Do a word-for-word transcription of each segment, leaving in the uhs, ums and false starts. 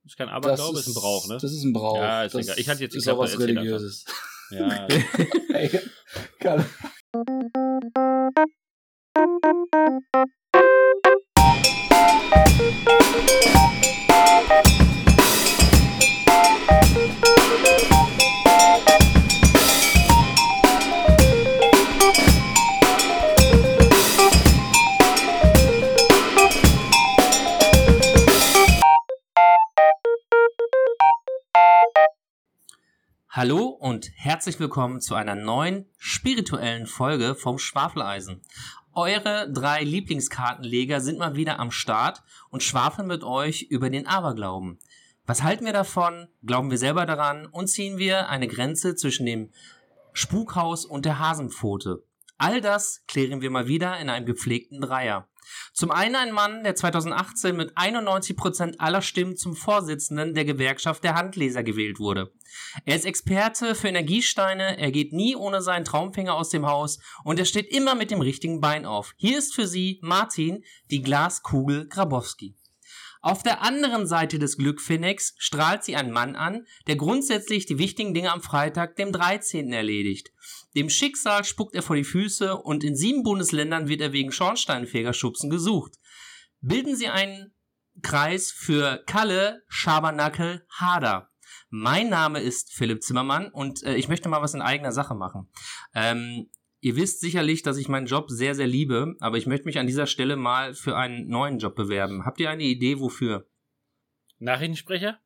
Ist kein Aberglaube, ist, ist ein Brauch, ne? Das ist ein Brauch. Ja, ist das egal. Ich hatte jetzt ist auch was Religiöses. Ja. Ey, kann. Hallo und herzlich willkommen zu einer neuen spirituellen Folge vom Schwafeleisen. Eure drei Lieblingskartenleger sind mal wieder am Start und schwafeln mit euch über den Aberglauben. Was halten wir davon? Glauben wir selber daran? Und ziehen wir eine Grenze zwischen dem Spukhaus und der Hasenpfote? All das klären wir mal wieder in einem gepflegten Dreier. Zum einen ein Mann, der zweitausendachtzehn mit einundneunzig Prozent aller Stimmen zum Vorsitzenden der Gewerkschaft der Handleser gewählt wurde. Er ist Experte für Energiesteine, er geht nie ohne seinen Traumfänger aus dem Haus und er steht immer mit dem richtigen Bein auf. Hier ist für Sie Martin, die Glaskugel Grabowski. Auf der anderen Seite des Glückphoenix strahlt sie einen Mann an, der grundsätzlich die wichtigen Dinge am Freitag, dem dreizehnten erledigt. Dem Schicksal spuckt er vor die Füße und in sieben Bundesländern wird er wegen Schornsteinfegerschubsen gesucht. Bilden Sie einen Kreis für Kalle Schabernackel Hader. Mein Name ist Philipp Zimmermann und äh, ich möchte mal was in eigener Sache machen. Ähm, ihr wisst sicherlich, dass ich meinen Job sehr, sehr liebe, aber ich möchte mich an dieser Stelle mal für einen neuen Job bewerben. Habt ihr eine Idee, wofür? Nachrichtensprecher?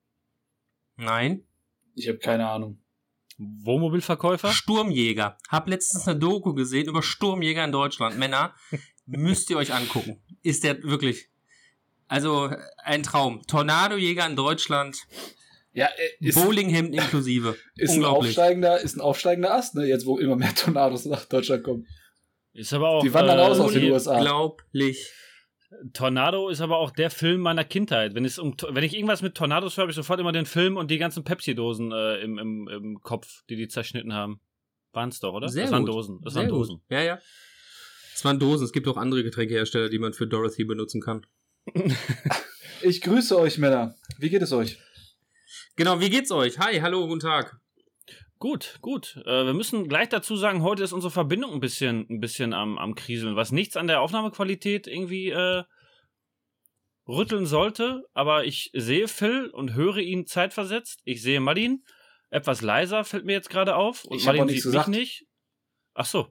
Nein? Ich habe keine Ahnung. Wohnmobilverkäufer? Sturmjäger. Hab letztens eine Doku gesehen über Sturmjäger in Deutschland. Männer, müsst ihr euch angucken. Ist der wirklich, also ein Traum. Tornadojäger in Deutschland. Ja, ist, Bowlinghemd inklusive. Ist ein aufsteigender, ist ein aufsteigender Ast, ne? Jetzt, wo immer mehr Tornados nach Deutschland kommen. Ist aber auch. Die wandern äh, aus aus den U S A. Unglaublich. Tornado ist aber auch der Film meiner Kindheit. Wenn es um, wenn ich irgendwas mit Tornados höre, habe ich sofort immer den Film und die ganzen Pepsi-Dosen äh, im, im, im Kopf, die die zerschnitten haben. Waren es doch, oder? Sehr das waren gut. Dosen. Das Sehr waren gut. Dosen. Ja, ja. Es waren Dosen. Es gibt auch andere Getränkehersteller, die man für Dorothy benutzen kann. Ich grüße euch, Männer. Wie geht es euch? Genau, wie geht's euch? Hi, hallo, guten Tag. Gut, gut. Äh, wir müssen gleich dazu sagen, heute ist unsere Verbindung ein bisschen, ein bisschen am, am Kriseln, was nichts an der Aufnahmequalität irgendwie äh, rütteln sollte, aber ich sehe Phil und höre ihn zeitversetzt. Ich sehe Martin, etwas leiser, fällt mir jetzt gerade auf. Und ich habe Martin nichts sieht gesagt. mich nicht. Ach so.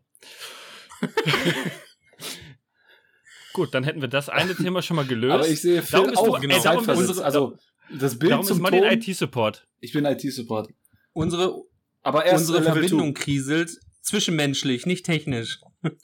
Gut, dann hätten wir das eine Thema schon mal gelöst. Aber ich sehe Phil Darum bist auch du- genau ey, darum zeitversetzt. bist du- Also, das Bild Darum zum ist Martin Ton. I T-Support. Ich bin I T-Support. Unsere, Aber erst unsere Level Verbindung two. kriselt zwischenmenschlich, nicht technisch.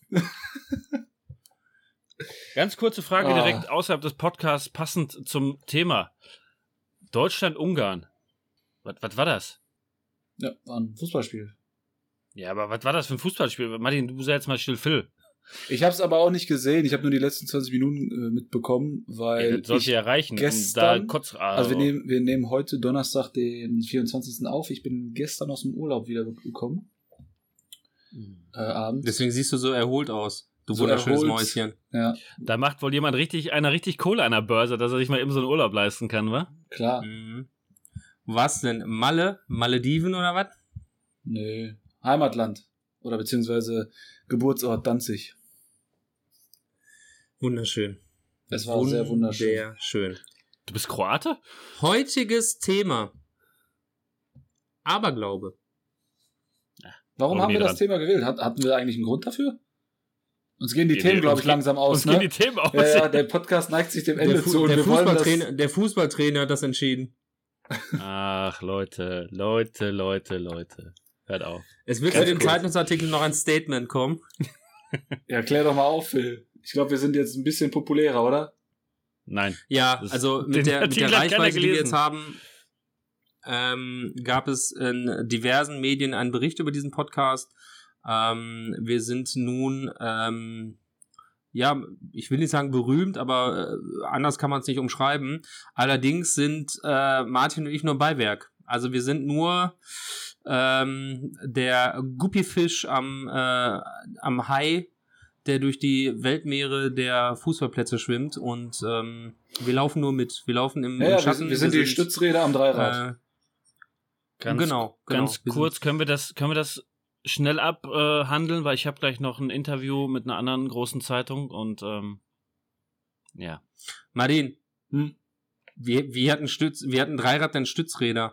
Ganz kurze Frage Ah. direkt außerhalb des Podcasts, passend zum Thema. Deutschland-Ungarn. Was, was war das? Ja, war ein Fußballspiel. Ja, aber was war das für ein Fußballspiel? Martin, du sei jetzt mal still, Phil. Ich habe es aber auch nicht gesehen. Ich habe nur die letzten zwanzig Minuten äh, mitbekommen, weil Ja, das sollte ich ja reichen. gestern- um da Kotz, Also wir nehmen, wir nehmen heute Donnerstag, den vierundzwanzigsten auf. Ich bin gestern aus dem Urlaub wieder gekommen. Äh, abends. Deswegen siehst du so erholt aus. Du So wunderschönes erholt. Mäuschen. Ja, Da macht wohl jemand richtig, einer richtig Kohle an der Börse, dass er sich mal eben so einen Urlaub leisten kann, wa? klar. Mhm. Was denn? Malle? Malediven oder was? Nee. Heimatland. Oder beziehungsweise Geburtsort Danzig. Wunderschön. Es war sehr wunderschön. Sehr schön. Du bist Kroate? Heutiges Thema. Aberglaube. Warum Oh, haben nee, wir das dran. Thema gewählt? Hat, hatten wir eigentlich einen Grund dafür? Uns gehen die Ja, Themen, wir- glaube uns ich, geht- langsam aus, Uns ne? gehen die Themen aus. Ja, ja, der Podcast neigt sich dem Ende Der, Fu zu und der, wir wollen das... Fußballtrainer, der Fußballtrainer hat das entschieden. Ach, Leute, Leute, Leute, Leute. Hört auf. Es wird Ganz für den kurz. Zeitungsartikel noch ein Statement kommen. Ja, klär doch mal auf, Phil. Ich glaube, wir sind jetzt ein bisschen populärer, oder? Nein. Ja, Das- also den mit der, mit der Artikel hat keiner Reichweite, die wir gelesen. jetzt haben, ähm, gab es in diversen Medien einen Bericht über diesen Podcast. Ähm, wir sind nun, ähm, ja, ich will nicht sagen berühmt, aber äh, anders kann man es nicht umschreiben. Allerdings sind äh, Martin und ich nur Beiwerk. Also wir sind nur ähm, der Guppifisch am, äh, am Hai der durch die Weltmeere der Fußballplätze schwimmt und ähm, wir laufen nur mit. Wir laufen im, ja, im ja, Schatten. Wir, wir sind wir die sind, Stützräder am Dreirad. Äh, ganz, genau, genau. Ganz kurz, können wir das, können wir das schnell abhandeln, äh, weil ich habe gleich noch ein Interview mit einer anderen großen Zeitung und ähm, ja. Martin, hm? wir, wir, hatten Stütz, wir hatten Dreirad, dann Stützräder.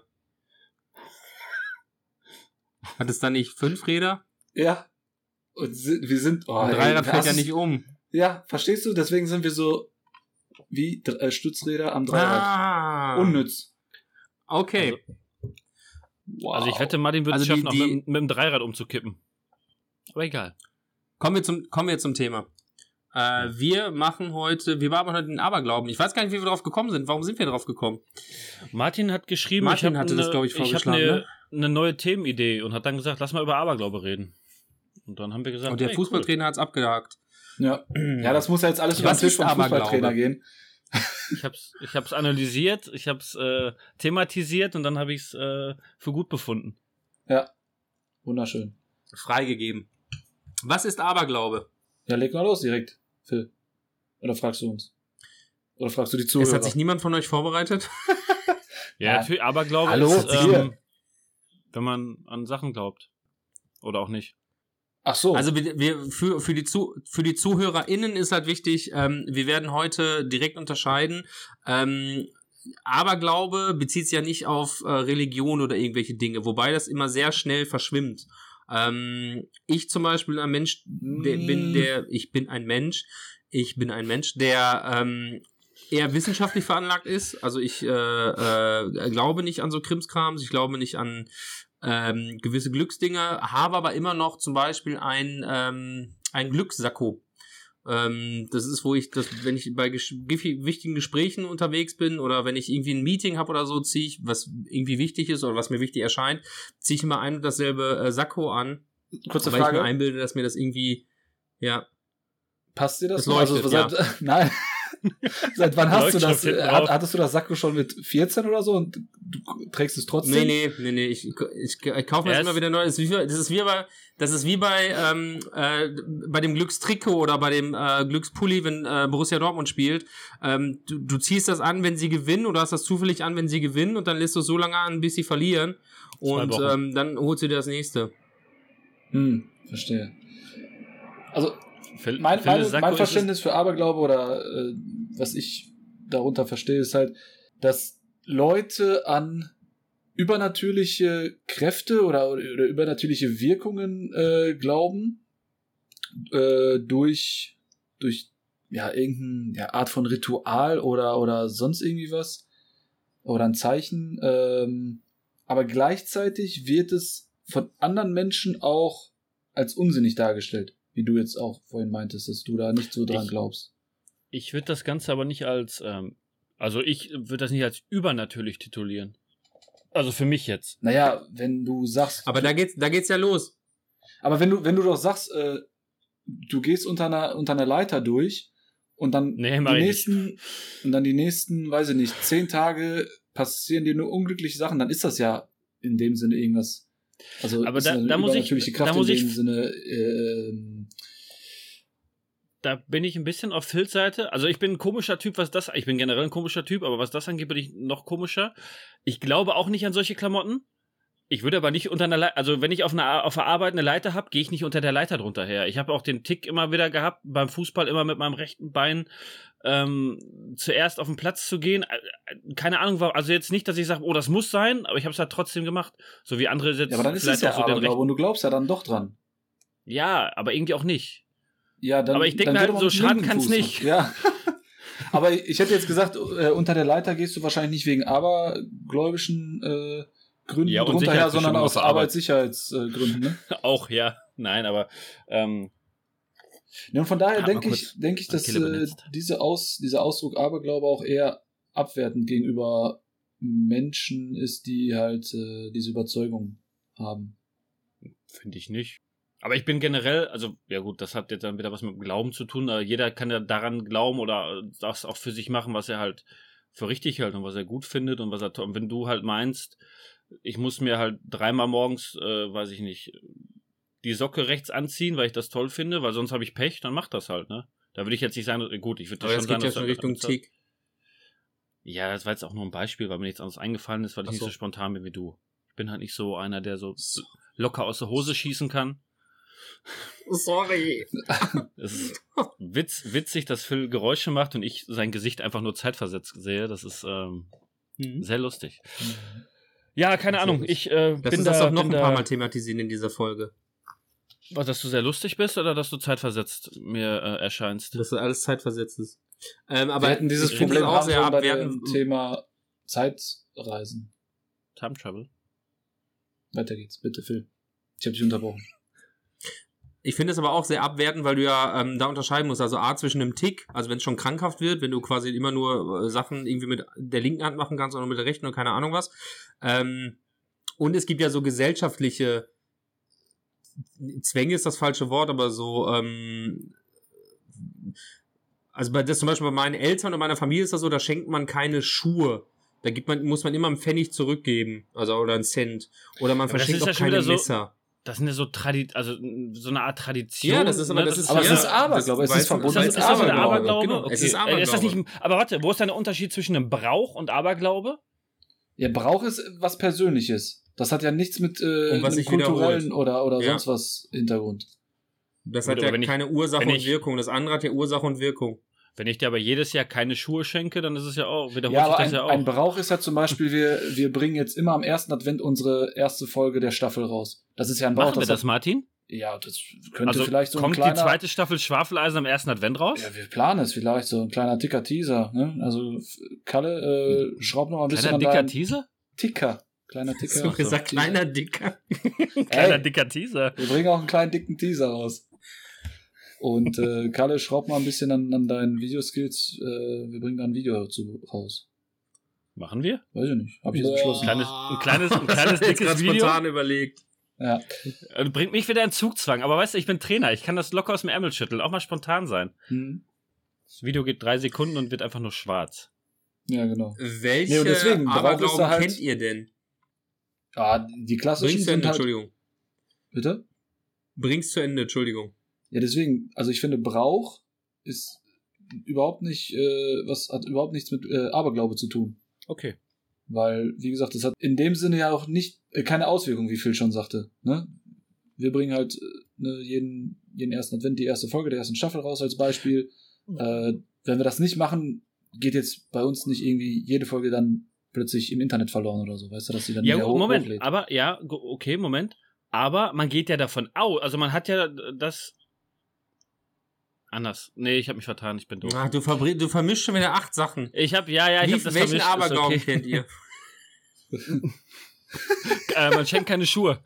Hat es da nicht fünf Räder? Ja. Und wir sind. Oh, ein Dreirad fällt ja nicht um. Ja, verstehst du? Deswegen sind wir so wie äh, Stützräder am Dreirad. Ah. Unnütz. Okay. Also, wow. also ich wette, Martin würde also es schaffen, die, die, auch mit, mit dem Dreirad umzukippen. Aber egal. Kommen wir zum, kommen wir zum Thema. Äh, wir machen heute, wir bearbeiten heute den Aberglauben. Ich weiß gar nicht, wie wir drauf gekommen sind. Warum sind wir drauf gekommen? Martin hat geschrieben, Martin ich hatte eine, das, glaube ich, vorgeschlagen. Ich habe eine, ne? eine neue Themenidee und hat dann gesagt, lass mal über Aberglaube reden. Und dann haben wir gesagt, und der hey, Fußballtrainer cool. hat es abgehakt. Ja. ja, das muss ja jetzt alles über Was den Tisch vom Fußballtrainer gehen. Ich hab's, ich hab's analysiert, ich hab's äh, thematisiert und dann habe ich es äh, für gut befunden. Ja, wunderschön. Freigegeben. Was ist Aberglaube? Ja, leg mal los direkt, Phil. Oder fragst du uns? Oder fragst du die Zuhörer? Es hat sich niemand von euch vorbereitet? Ja, ja. natürlich, Aberglaube Hallo, ist, ähm, wenn man an Sachen glaubt. Oder auch nicht. Ach so. Also wir, wir für, für, die Zu, für die ZuhörerInnen ist halt wichtig, ähm, wir werden heute direkt unterscheiden. Ähm, Aberglaube bezieht sich ja nicht auf äh, Religion oder irgendwelche Dinge, wobei das immer sehr schnell verschwimmt. Ähm, ich zum Beispiel ein Mensch, der, mm. bin der, ich bin ein Mensch, ich bin ein Mensch, der ähm, eher wissenschaftlich veranlagt ist. Also ich äh, äh, glaube nicht an so Krimskrams, ich glaube nicht an ähm, gewisse Glücksdinge, habe aber immer noch zum Beispiel ein, ähm, ein Glückssacko. Ähm, das ist, wo ich, das, wenn ich bei ges- wichtigen Gesprächen unterwegs bin oder wenn ich irgendwie ein Meeting habe oder so, ziehe ich, was irgendwie wichtig ist oder was mir wichtig erscheint, ziehe ich immer ein und dasselbe äh, Sakko an. Kurze weil Frage. ich mir einbilde, dass mir das irgendwie, ja. Passt dir das? Das leuchtet, also, seit, ja. Nein. Seit wann hast du das? Leuchtstoff hinten Hat, drauf. hattest du das Sakko schon mit vierzehn oder so und du trägst es trotzdem? Nee, nee, nee, nee, ich, ich, ich kaufe mir das Erst- immer wieder neu. Das ist wie, das ist wie bei, das ist wie bei, ähm, äh, bei dem Glückstrikot oder bei dem äh, Glückspulli, wenn äh, Borussia Dortmund spielt. Ähm, du, du ziehst das an, wenn sie gewinnen, oder hast das zufällig an, wenn sie gewinnen, und dann lässt du es so lange an, bis sie verlieren. Und Wochen. ähm, dann holst du dir das nächste. Hm, verstehe. Also, Phil, mein, Phil, mein, Sakko mein ist Verständnis für Aberglaube oder äh, was ich darunter verstehe, ist halt, dass Leute an übernatürliche Kräfte oder, oder übernatürliche Wirkungen äh, glauben, äh, durch, durch ja, irgendeine ja, Art von Ritual oder, oder sonst irgendwie was oder ein Zeichen, ähm, aber gleichzeitig wird es von anderen Menschen auch als unsinnig dargestellt, wie du jetzt auch vorhin meintest, dass du da nicht so dran Ich- glaubst. Ich würde das Ganze aber nicht als, ähm, also ich würde das nicht als übernatürlich titulieren. Also für mich jetzt. Naja, wenn du sagst, Aber da geht's, da geht's ja los. aber wenn du, wenn du doch sagst, äh, du gehst unter einer, unter einer Leiter durch und dann Nee, die mach ich nächsten, und dann die nächsten, weiß ich nicht, zehn Tage passieren dir nur unglückliche Sachen, dann ist das ja in dem Sinne irgendwas. Also Aber ist da- eine da muss ich- übernatürliche da Kraft muss in ich- dem Sinne. ähm, Da bin ich ein bisschen auf Phils Seite. Also ich bin ein komischer Typ, was das, ich bin generell ein komischer Typ, aber was das angeht, bin ich noch komischer. Ich glaube auch nicht an solche Klamotten. Ich würde aber nicht unter einer Leiter, also wenn ich auf einer auf der Arbeit eine Leiter habe, gehe ich nicht unter der Leiter drunter her. Ich habe auch den Tick immer wieder gehabt, beim Fußball immer mit meinem rechten Bein ähm, zuerst auf den Platz zu gehen. Äh, Keine Ahnung, war- also jetzt nicht, dass ich sage, oh, das muss sein, aber ich habe es halt trotzdem gemacht. So wie andere jetzt ja, aber dann ist vielleicht es ja auch so den Aberglaube rechten. und du glaubst ja dann doch dran. Ja, aber irgendwie auch nicht. Ja, dann, Aber ich denk dann mir würde halt, man so mit schaden linken kann's Fuß nicht. machen. Ja. Aber ich hätte jetzt gesagt, äh, unter der Leiter gehst du wahrscheinlich nicht wegen abergläubischen äh, Gründen Ja, und drunter her, sondern Sicherheitsbestimmungen aus auf der Arbeit. Arbeitssicherheitsgründen. Ne? Auch, ja. Nein, aber ähm, Ja, und von daher Hat man denke ich, kurz denke ich, an dass Kille äh, benetzt. diese Aus, dieser Ausdruck Aberglaube auch eher abwertend gegenüber Menschen ist, die halt äh, diese Überzeugung haben. finde ich nicht. Aber ich bin generell, also, ja gut, das hat jetzt dann wieder was mit dem Glauben zu tun, aber jeder kann ja daran glauben oder das auch für sich machen, was er halt für richtig hält und was er gut findet und was er toll. Und wenn du halt meinst, ich muss mir halt dreimal morgens, äh, weiß ich nicht, die Socke rechts anziehen, weil ich das toll finde, weil sonst habe ich Pech, dann mach das halt, ne? Da würde ich jetzt nicht sagen, gut, ich würde das Aber schon das geht sagen, ja schon Richtung Tick. Ja, das war jetzt auch nur ein Beispiel, weil mir nichts anderes eingefallen ist, weil ich Ach nicht so. so spontan bin wie du. Ich bin halt nicht so einer, der so locker aus der Hose schießen kann. Sorry. Es ist witz, witzig, dass Phil Geräusche macht und ich sein Gesicht einfach nur zeitversetzt sehe. Das ist ähm, Mhm. sehr lustig. Ja, keine Ahnung. Ich äh, Lass bin uns da, das auch noch bin ein paar da, Mal thematisieren in dieser Folge. Was, dass du sehr lustig bist oder dass du zeitversetzt mir äh, erscheinst? Dass das alles zeitversetzt ist. Ähm, aber Wir hätten dieses ich finde Problem es auch haben sehr sollen bei abwertend. dem Thema Zeitreisen. Time Travel. Weiter geht's, bitte, Phil. Ich habe dich unterbrochen. Ich finde es aber auch sehr abwertend, weil du ja ähm, da unterscheiden musst. Also A, zwischen einem Tick, also wenn es schon krankhaft wird, wenn du quasi immer nur äh, Sachen irgendwie mit der linken Hand machen kannst oder mit der rechten und keine Ahnung was. Ähm, und es gibt ja so gesellschaftliche Zwänge ist das falsche Wort, aber so ähm, also bei das zum Beispiel bei meinen Eltern und meiner Familie ist das so, da schenkt man keine Schuhe. Da gibt man, muss man immer einen Pfennig zurückgeben, also oder einen Cent. Oder man Aber das verschenkt ist ja auch schon keine wieder so- Messer. Das sind ja so Tradi- also so eine Art Tradition. Ja, das ist aber- ne? das ist- Aber ja, es ist Aberglaube, es das- ist verboten. Ist das, mit ist das wieder Aberglaube. Aberglaube? Genau, Okay. es ist Äh, ist das Aberglaube. nicht, aber warte, wo ist denn der Unterschied zwischen einem Brauch und Aberglaube? Ja, Brauch ist was Persönliches. Das hat ja nichts mit äh, Und was einem sich kulturellen wiederholt. oder, oder Ja. sonst was Hintergrund. Das Gut, hat ja aber wenn ich- keine Ursache wenn und ich- Wirkung. Das andere hat ja Ursache und Wirkung. Wenn ich dir aber jedes Jahr keine Schuhe schenke, dann ist es ja auch, wiederholt Ja, sich aber das ein, ja auch. ein Brauch ist ja zum Beispiel, wir, wir bringen jetzt immer am ersten Advent unsere erste Folge der Staffel raus. Das ist ja ein Brauch. Machen wir das, hat, Martin? Ja, das könnte Also vielleicht so ein kommt kleiner... die zweite Staffel Schwafeleisen am ersten Advent raus? Ja, wir planen es vielleicht, so ein kleiner dicker Teaser. Ne? Also, f- Kalle, äh, schraub noch mal ein bisschen Kleiner an dicker deinen Teaser? Ticker. Kleiner Ticker. So gesagt, kleiner Dicker. Kleiner Ey, dicker Teaser. wir bringen auch einen kleinen dicken Teaser raus. Und äh, Kalle, schraub mal ein bisschen an, an deinen Videoskills. Äh, wir bringen da ein Video zu, raus. Machen wir? Weiß ich nicht. Hab ich jetzt Boah. beschlossen. Kleines- ein kleines- ein kleines, Das hab ich jetzt dickes grad Video. spontan überlegt. Ja. Äh, Bringt mich wieder in Zugzwang. Aber weißt du, ich bin Trainer. Ich kann das locker aus dem Ärmel schütteln. Auch mal spontan sein. Hm. Das Video geht drei Sekunden und wird einfach nur schwarz. Ja, genau. Welche Nee, und deswegen, Brauch ist Aberglauben da halt- kennt ihr denn? Ah, die klassischen Bring's zu sind Ende, halt... Entschuldigung. Bitte? Bring's zu Ende, Entschuldigung. Ja, deswegen, also ich finde, Brauch ist überhaupt nicht, äh, was hat überhaupt nichts mit äh, Aberglaube zu tun. Okay. Weil, wie gesagt, das hat in dem Sinne ja auch nicht, äh, keine Auswirkung, wie Phil schon sagte. Ne? Wir bringen halt äh, ne, jeden, jeden ersten Advent die erste Folge der ersten Staffel raus als Beispiel. Äh, wenn wir das nicht machen, geht jetzt bei uns nicht irgendwie jede Folge dann plötzlich im Internet verloren oder so. Weißt du, dass sie dann Ja, wieder gut, hoch- Moment. hochlädt. Aber, ja, go- okay, Moment. Aber man geht ja davon aus, also man hat ja das anders. Nee, ich habe mich vertan, ich bin doof. Ach, du, verbr- du vermischst schon wieder acht Sachen. Ich habe, ja, ja, ich Wie, habe das welchen vermischt. Ist Aberglauben okay. kennt ihr? äh, man schenkt keine Schuhe.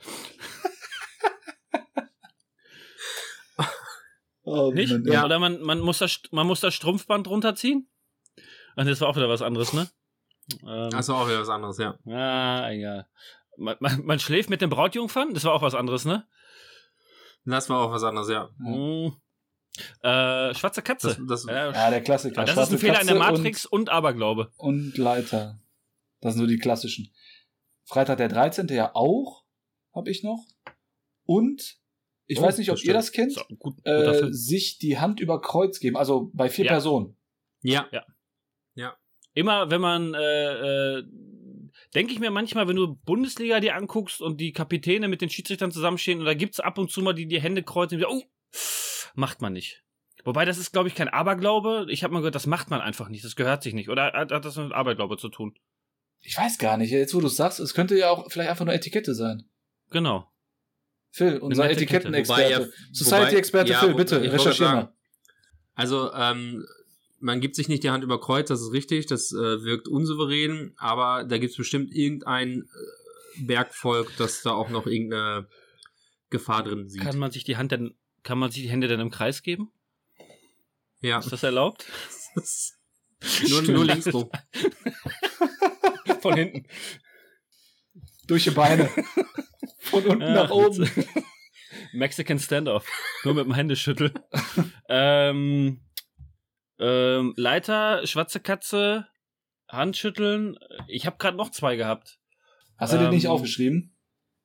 Oh, Nicht? Mann, Ja. Oder man, man, muss das, man muss das Strumpfband runterziehen? Ach, das war auch wieder was anderes, ne? Ähm, Achso, auch wieder was anderes, ja. Ah, egal. Man, man, man schläft mit den Brautjungfern? Das war auch was anderes, ne? Das war auch was anderes, ja. Hm. Äh, schwarze Katze. Das, das, ja, Ja, der Klassiker. Ah, das ist Schwarze ein Fehler in der Katze Matrix und, und Aberglaube. Und, und Leiter. Das sind so die klassischen. Freitag der dreizehnte ja auch, habe ich noch. Und, ich Oh, weiß nicht, ob das ihr das kennt, So, gut, guter äh, Film. sich die Hand über Kreuz geben, also bei vier Ja. Personen. ja. Immer, wenn man, äh, äh, denke ich mir manchmal, wenn du Bundesliga dir anguckst und die Kapitäne mit den Schiedsrichtern zusammenstehen und da gibt's ab und zu mal die die Hände kreuzen und wieder, oh, macht man nicht. Wobei, das ist, glaube ich, kein Aberglaube. Ich habe mal gehört, das macht man einfach nicht. Das gehört sich nicht. Oder hat, hat das mit Aberglaube zu tun? Ich weiß gar nicht, jetzt wo du es sagst, es könnte ja auch vielleicht einfach nur Etikette sein. Genau. Phil, unser nette Kette. Etikettenexperte. Wobei ja- Society-Experte wobei- Phil, ja, bitte, ich wollte recherchier sagen, mal. Also, ähm, man gibt sich nicht die Hand über Kreuz, das ist richtig, das äh, wirkt unsouverän, aber da gibt es bestimmt irgendein äh, Bergvolk, das da auch noch irgendeine Gefahr drin sieht. Kann man sich die Hand denn, kann man sich die Hände dann im Kreis geben? ja. Ist das erlaubt? nur, nur links rum. Von hinten. Durch die Beine. Von unten Ach, nach oben. witzig. Mexican Standoff. Nur mit dem Händeschüttel. ähm, ähm, Leiter, schwarze Katze, Handschütteln. Ich habe gerade noch zwei gehabt. Hast du den Ähm, nicht aufgeschrieben?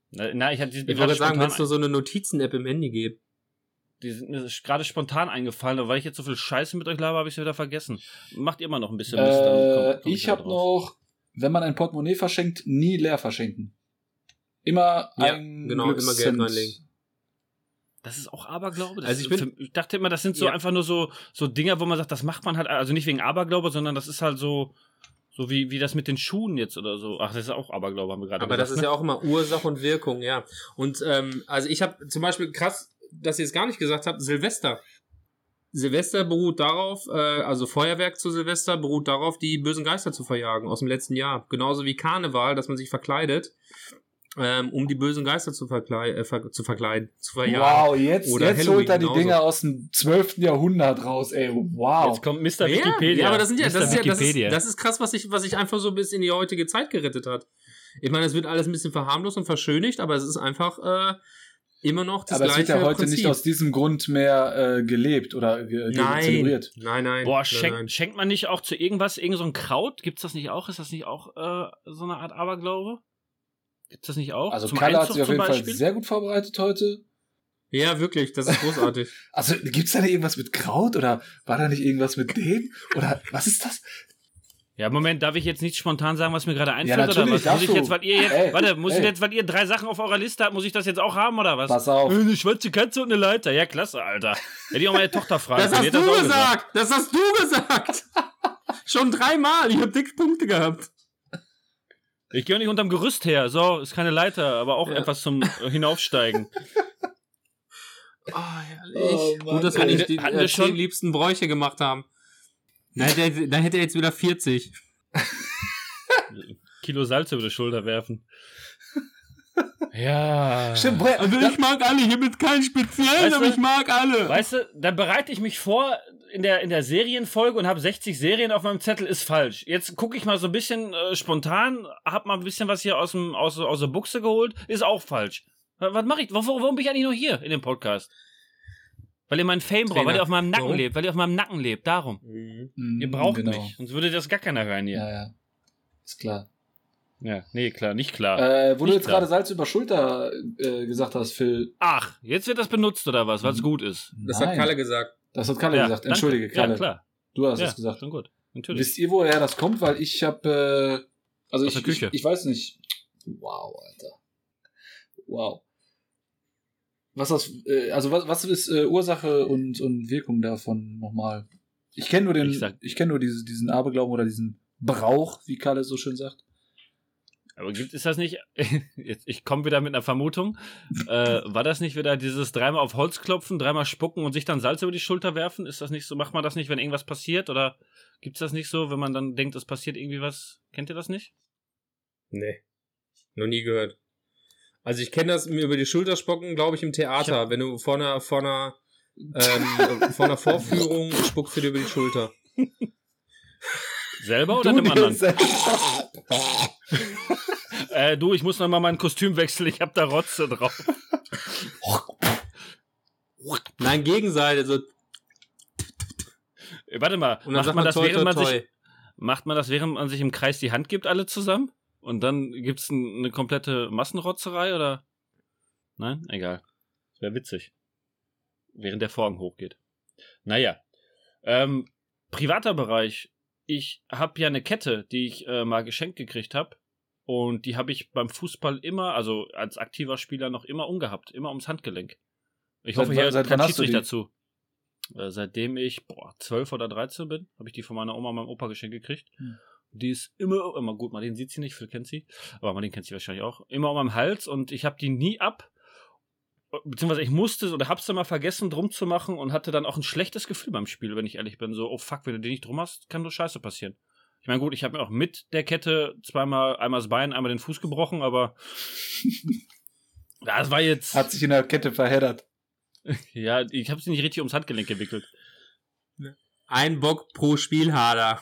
Na, na ich, hatte, ich wollte sagen, wenn es nur so eine Notizen-App im Handy gibt. Die sind mir gerade spontan eingefallen, aber weil ich jetzt so viel Scheiße mit euch laber, habe ich sie wieder vergessen. Macht ihr immer noch ein bisschen Mist? Äh, komm, komm ich ich habe noch, wenn man ein Portemonnaie verschenkt, nie leer verschenken. Immer ja, ein genau, immer Geld reinlegen. Das ist auch Aberglaube. Das also ich, bin, für, ich dachte immer, das sind so ja. einfach nur so, so Dinger, wo man sagt, das macht man halt, also nicht wegen Aberglaube, sondern das ist halt so, so wie, wie das mit den Schuhen jetzt oder so. Ach, das ist auch Aberglaube, haben wir gerade Aber gesagt, das ist ne? ja auch immer Ursache und Wirkung, ja. Und ähm, also ich habe zum Beispiel krass, dass ihr es gar nicht gesagt habt, Silvester. Silvester beruht darauf, äh, also Feuerwerk zu Silvester beruht darauf, die bösen Geister zu verjagen aus dem letzten Jahr. Genauso wie Karneval, dass man sich verkleidet, ähm, um die bösen Geister zu, verklei- äh, ver- zu verkleiden, zu verjagen. Wow, jetzt, jetzt holt er die Dinger aus dem zwölften Jahrhundert raus, ey, wow. Jetzt kommt Mister Ja, Wikipedia. Ja, aber das, sind ja, das, ist ja, das, ist, Wikipedia. das ist krass, was ich, was ich einfach so bis in die heutige Zeit gerettet hat. Ich meine, es wird alles ein bisschen verharmlost und verschönigt, aber es ist einfach äh, immer noch das aber gleiche es wird ja heute Prinzip. nicht aus diesem Grund mehr äh, gelebt oder ge- nein. zelebriert. Nein, nein. Boah, nein, schenk, nein. schenkt man nicht auch zu irgendwas, irgend so ein Kraut? Gibt's das nicht auch? Ist das nicht auch äh, so eine Art Aberglaube? Gibt's das nicht auch? Also Zum Kalle hat Einzug sich auf zum jeden Beispiel? Fall sehr gut vorbereitet heute. Ja, wirklich, das ist großartig. Also gibt's da nicht irgendwas mit Kraut oder war da nicht irgendwas mit dem? Oder was ist das? Ja, Moment, darf ich jetzt nicht spontan sagen, was mir gerade einfällt? Ja, oder was muss ich du. jetzt, weil ihr jetzt, Ey, warte, muss ey. ich jetzt, weil ihr drei Sachen auf eurer Liste habt, muss ich das jetzt auch haben, oder was? Pass auf. Äh, Eine schwarze Katze und eine Leiter. Ja, klasse, Alter. Hätte ich auch meine Tochter fragen Das können. hast Die hat du auch gesagt! Das hast du gesagt! Schon dreimal, ich hab dicke Punkte gehabt. Ich gehe auch nicht unterm Gerüst her. So, ist keine Leiter, aber auch Ja. etwas zum äh, Hinaufsteigen. Oh, herrlich. Oh, Mann. Gut, dass wir Hatten nicht wir- die hatten wir äh, schon- zehn liebsten Bräuche gemacht haben. Dann hätte, er- dann hätte er jetzt wieder vierzig. Kilo Salz über die Schulter werfen. Ja. Stimmt, Bre Also ich mag alle, ich habe jetzt keinen speziellen, Weißt aber du- ich mag alle. Weißt du, da bereite ich mich vor in der, in der Serienfolge und habe sechzig Serien auf meinem Zettel, ist falsch. Jetzt gucke ich mal so ein bisschen äh, spontan, hab mal ein bisschen was hier aus, dem, aus, aus der Buchse geholt, ist auch falsch. Was, was mache ich? Warum, warum bin ich eigentlich nur hier in dem Podcast? Weil ihr meinen Fame braucht, Trainer. weil ihr auf meinem Nacken Warum? lebt, weil ihr auf meinem Nacken lebt, darum. Mhm. Ihr braucht genau. mich, sonst würde das gar keiner hören hier. Ja, ja. Ist klar. Ja, nee, klar, nicht klar. Äh, wo du Nicht jetzt klar. gerade Salz über Schulter äh, gesagt hast, Phil. Ach, jetzt wird das benutzt oder was, weil es gut ist. Das Nein. hat Kalle gesagt. Das hat Kalle Ja, gesagt. danke. Entschuldige, Kalle. Ja, klar. Du hast Ja, es gesagt. schon gut. Natürlich. Wisst ihr, woher das kommt? Weil ich habe, äh, also Aus der ich, Küche. ich, ich weiß nicht. Wow, Alter. Wow. Was das, äh, also was, was ist äh, Ursache und, und Wirkung davon nochmal? Ich kenne nur den, Ich ich, sag- kenne nur diese, diesen Aberglauben oder diesen Brauch, wie Kalle so schön sagt. Aber gibt ist das nicht, jetzt, ich komme wieder mit einer Vermutung, äh, war das nicht wieder dieses dreimal auf Holz klopfen, dreimal spucken und sich dann Salz über die Schulter werfen? Ist das nicht so, macht man das nicht, wenn irgendwas passiert? Oder gibt's das nicht so, wenn man dann denkt, es passiert irgendwie was? Kennt ihr das nicht? Nee. Noch nie gehört. Also ich kenne das mir über die Schulter spocken, glaube ich, im Theater. Ich Wenn du vor einer, vor einer, ähm, vor einer Vorführung spuckst du dir über die Schulter. Selber oder Du einem dir anderen? selber. Äh, du, ich muss noch mal mein Kostüm wechseln, ich hab da Rotze drauf. Nein, Gegenseite, so. Äh, Warte mal, Und dann macht sagt man man das, toi, während toi, man toi. sich, macht man das, während man sich im Kreis die Hand gibt, alle zusammen? Und dann gibt's ein, eine komplette Massenrotzerei, oder? Nein? Egal. Das wäre witzig. Während der Vorhang hochgeht. Naja. Ähm, privater Bereich. Ich habe ja eine Kette, die ich äh, mal geschenkt gekriegt habe. Und die habe ich beim Fußball immer, also als aktiver Spieler noch immer umgehabt. Immer ums Handgelenk. Ich Seit hoffe, wann- hier seit kein wann hast du die? Schiedsrichter dazu. Äh, seitdem ich boah, zwölf oder dreizehn bin, habe ich die von meiner Oma und meinem Opa geschenkt gekriegt. Hm. Die ist immer, immer gut, Marlene sieht sie nicht, Phil kennt sie, aber Marlene kennt sie wahrscheinlich auch, immer um meinem Hals und ich habe die nie ab, beziehungsweise ich musste oder hab's dann mal vergessen drum zu machen und hatte dann auch ein schlechtes Gefühl beim Spiel, wenn ich ehrlich bin, so, oh fuck, wenn du die nicht drum hast, kann nur Scheiße passieren. Ich meine, gut, ich habe mir auch mit der Kette zweimal, einmal das Bein, einmal den Fuß gebrochen, aber das war jetzt, Hat sich in der Kette verheddert. ja, ich habe sie nicht richtig ums Handgelenk gewickelt. Ein Bock pro Spielhader.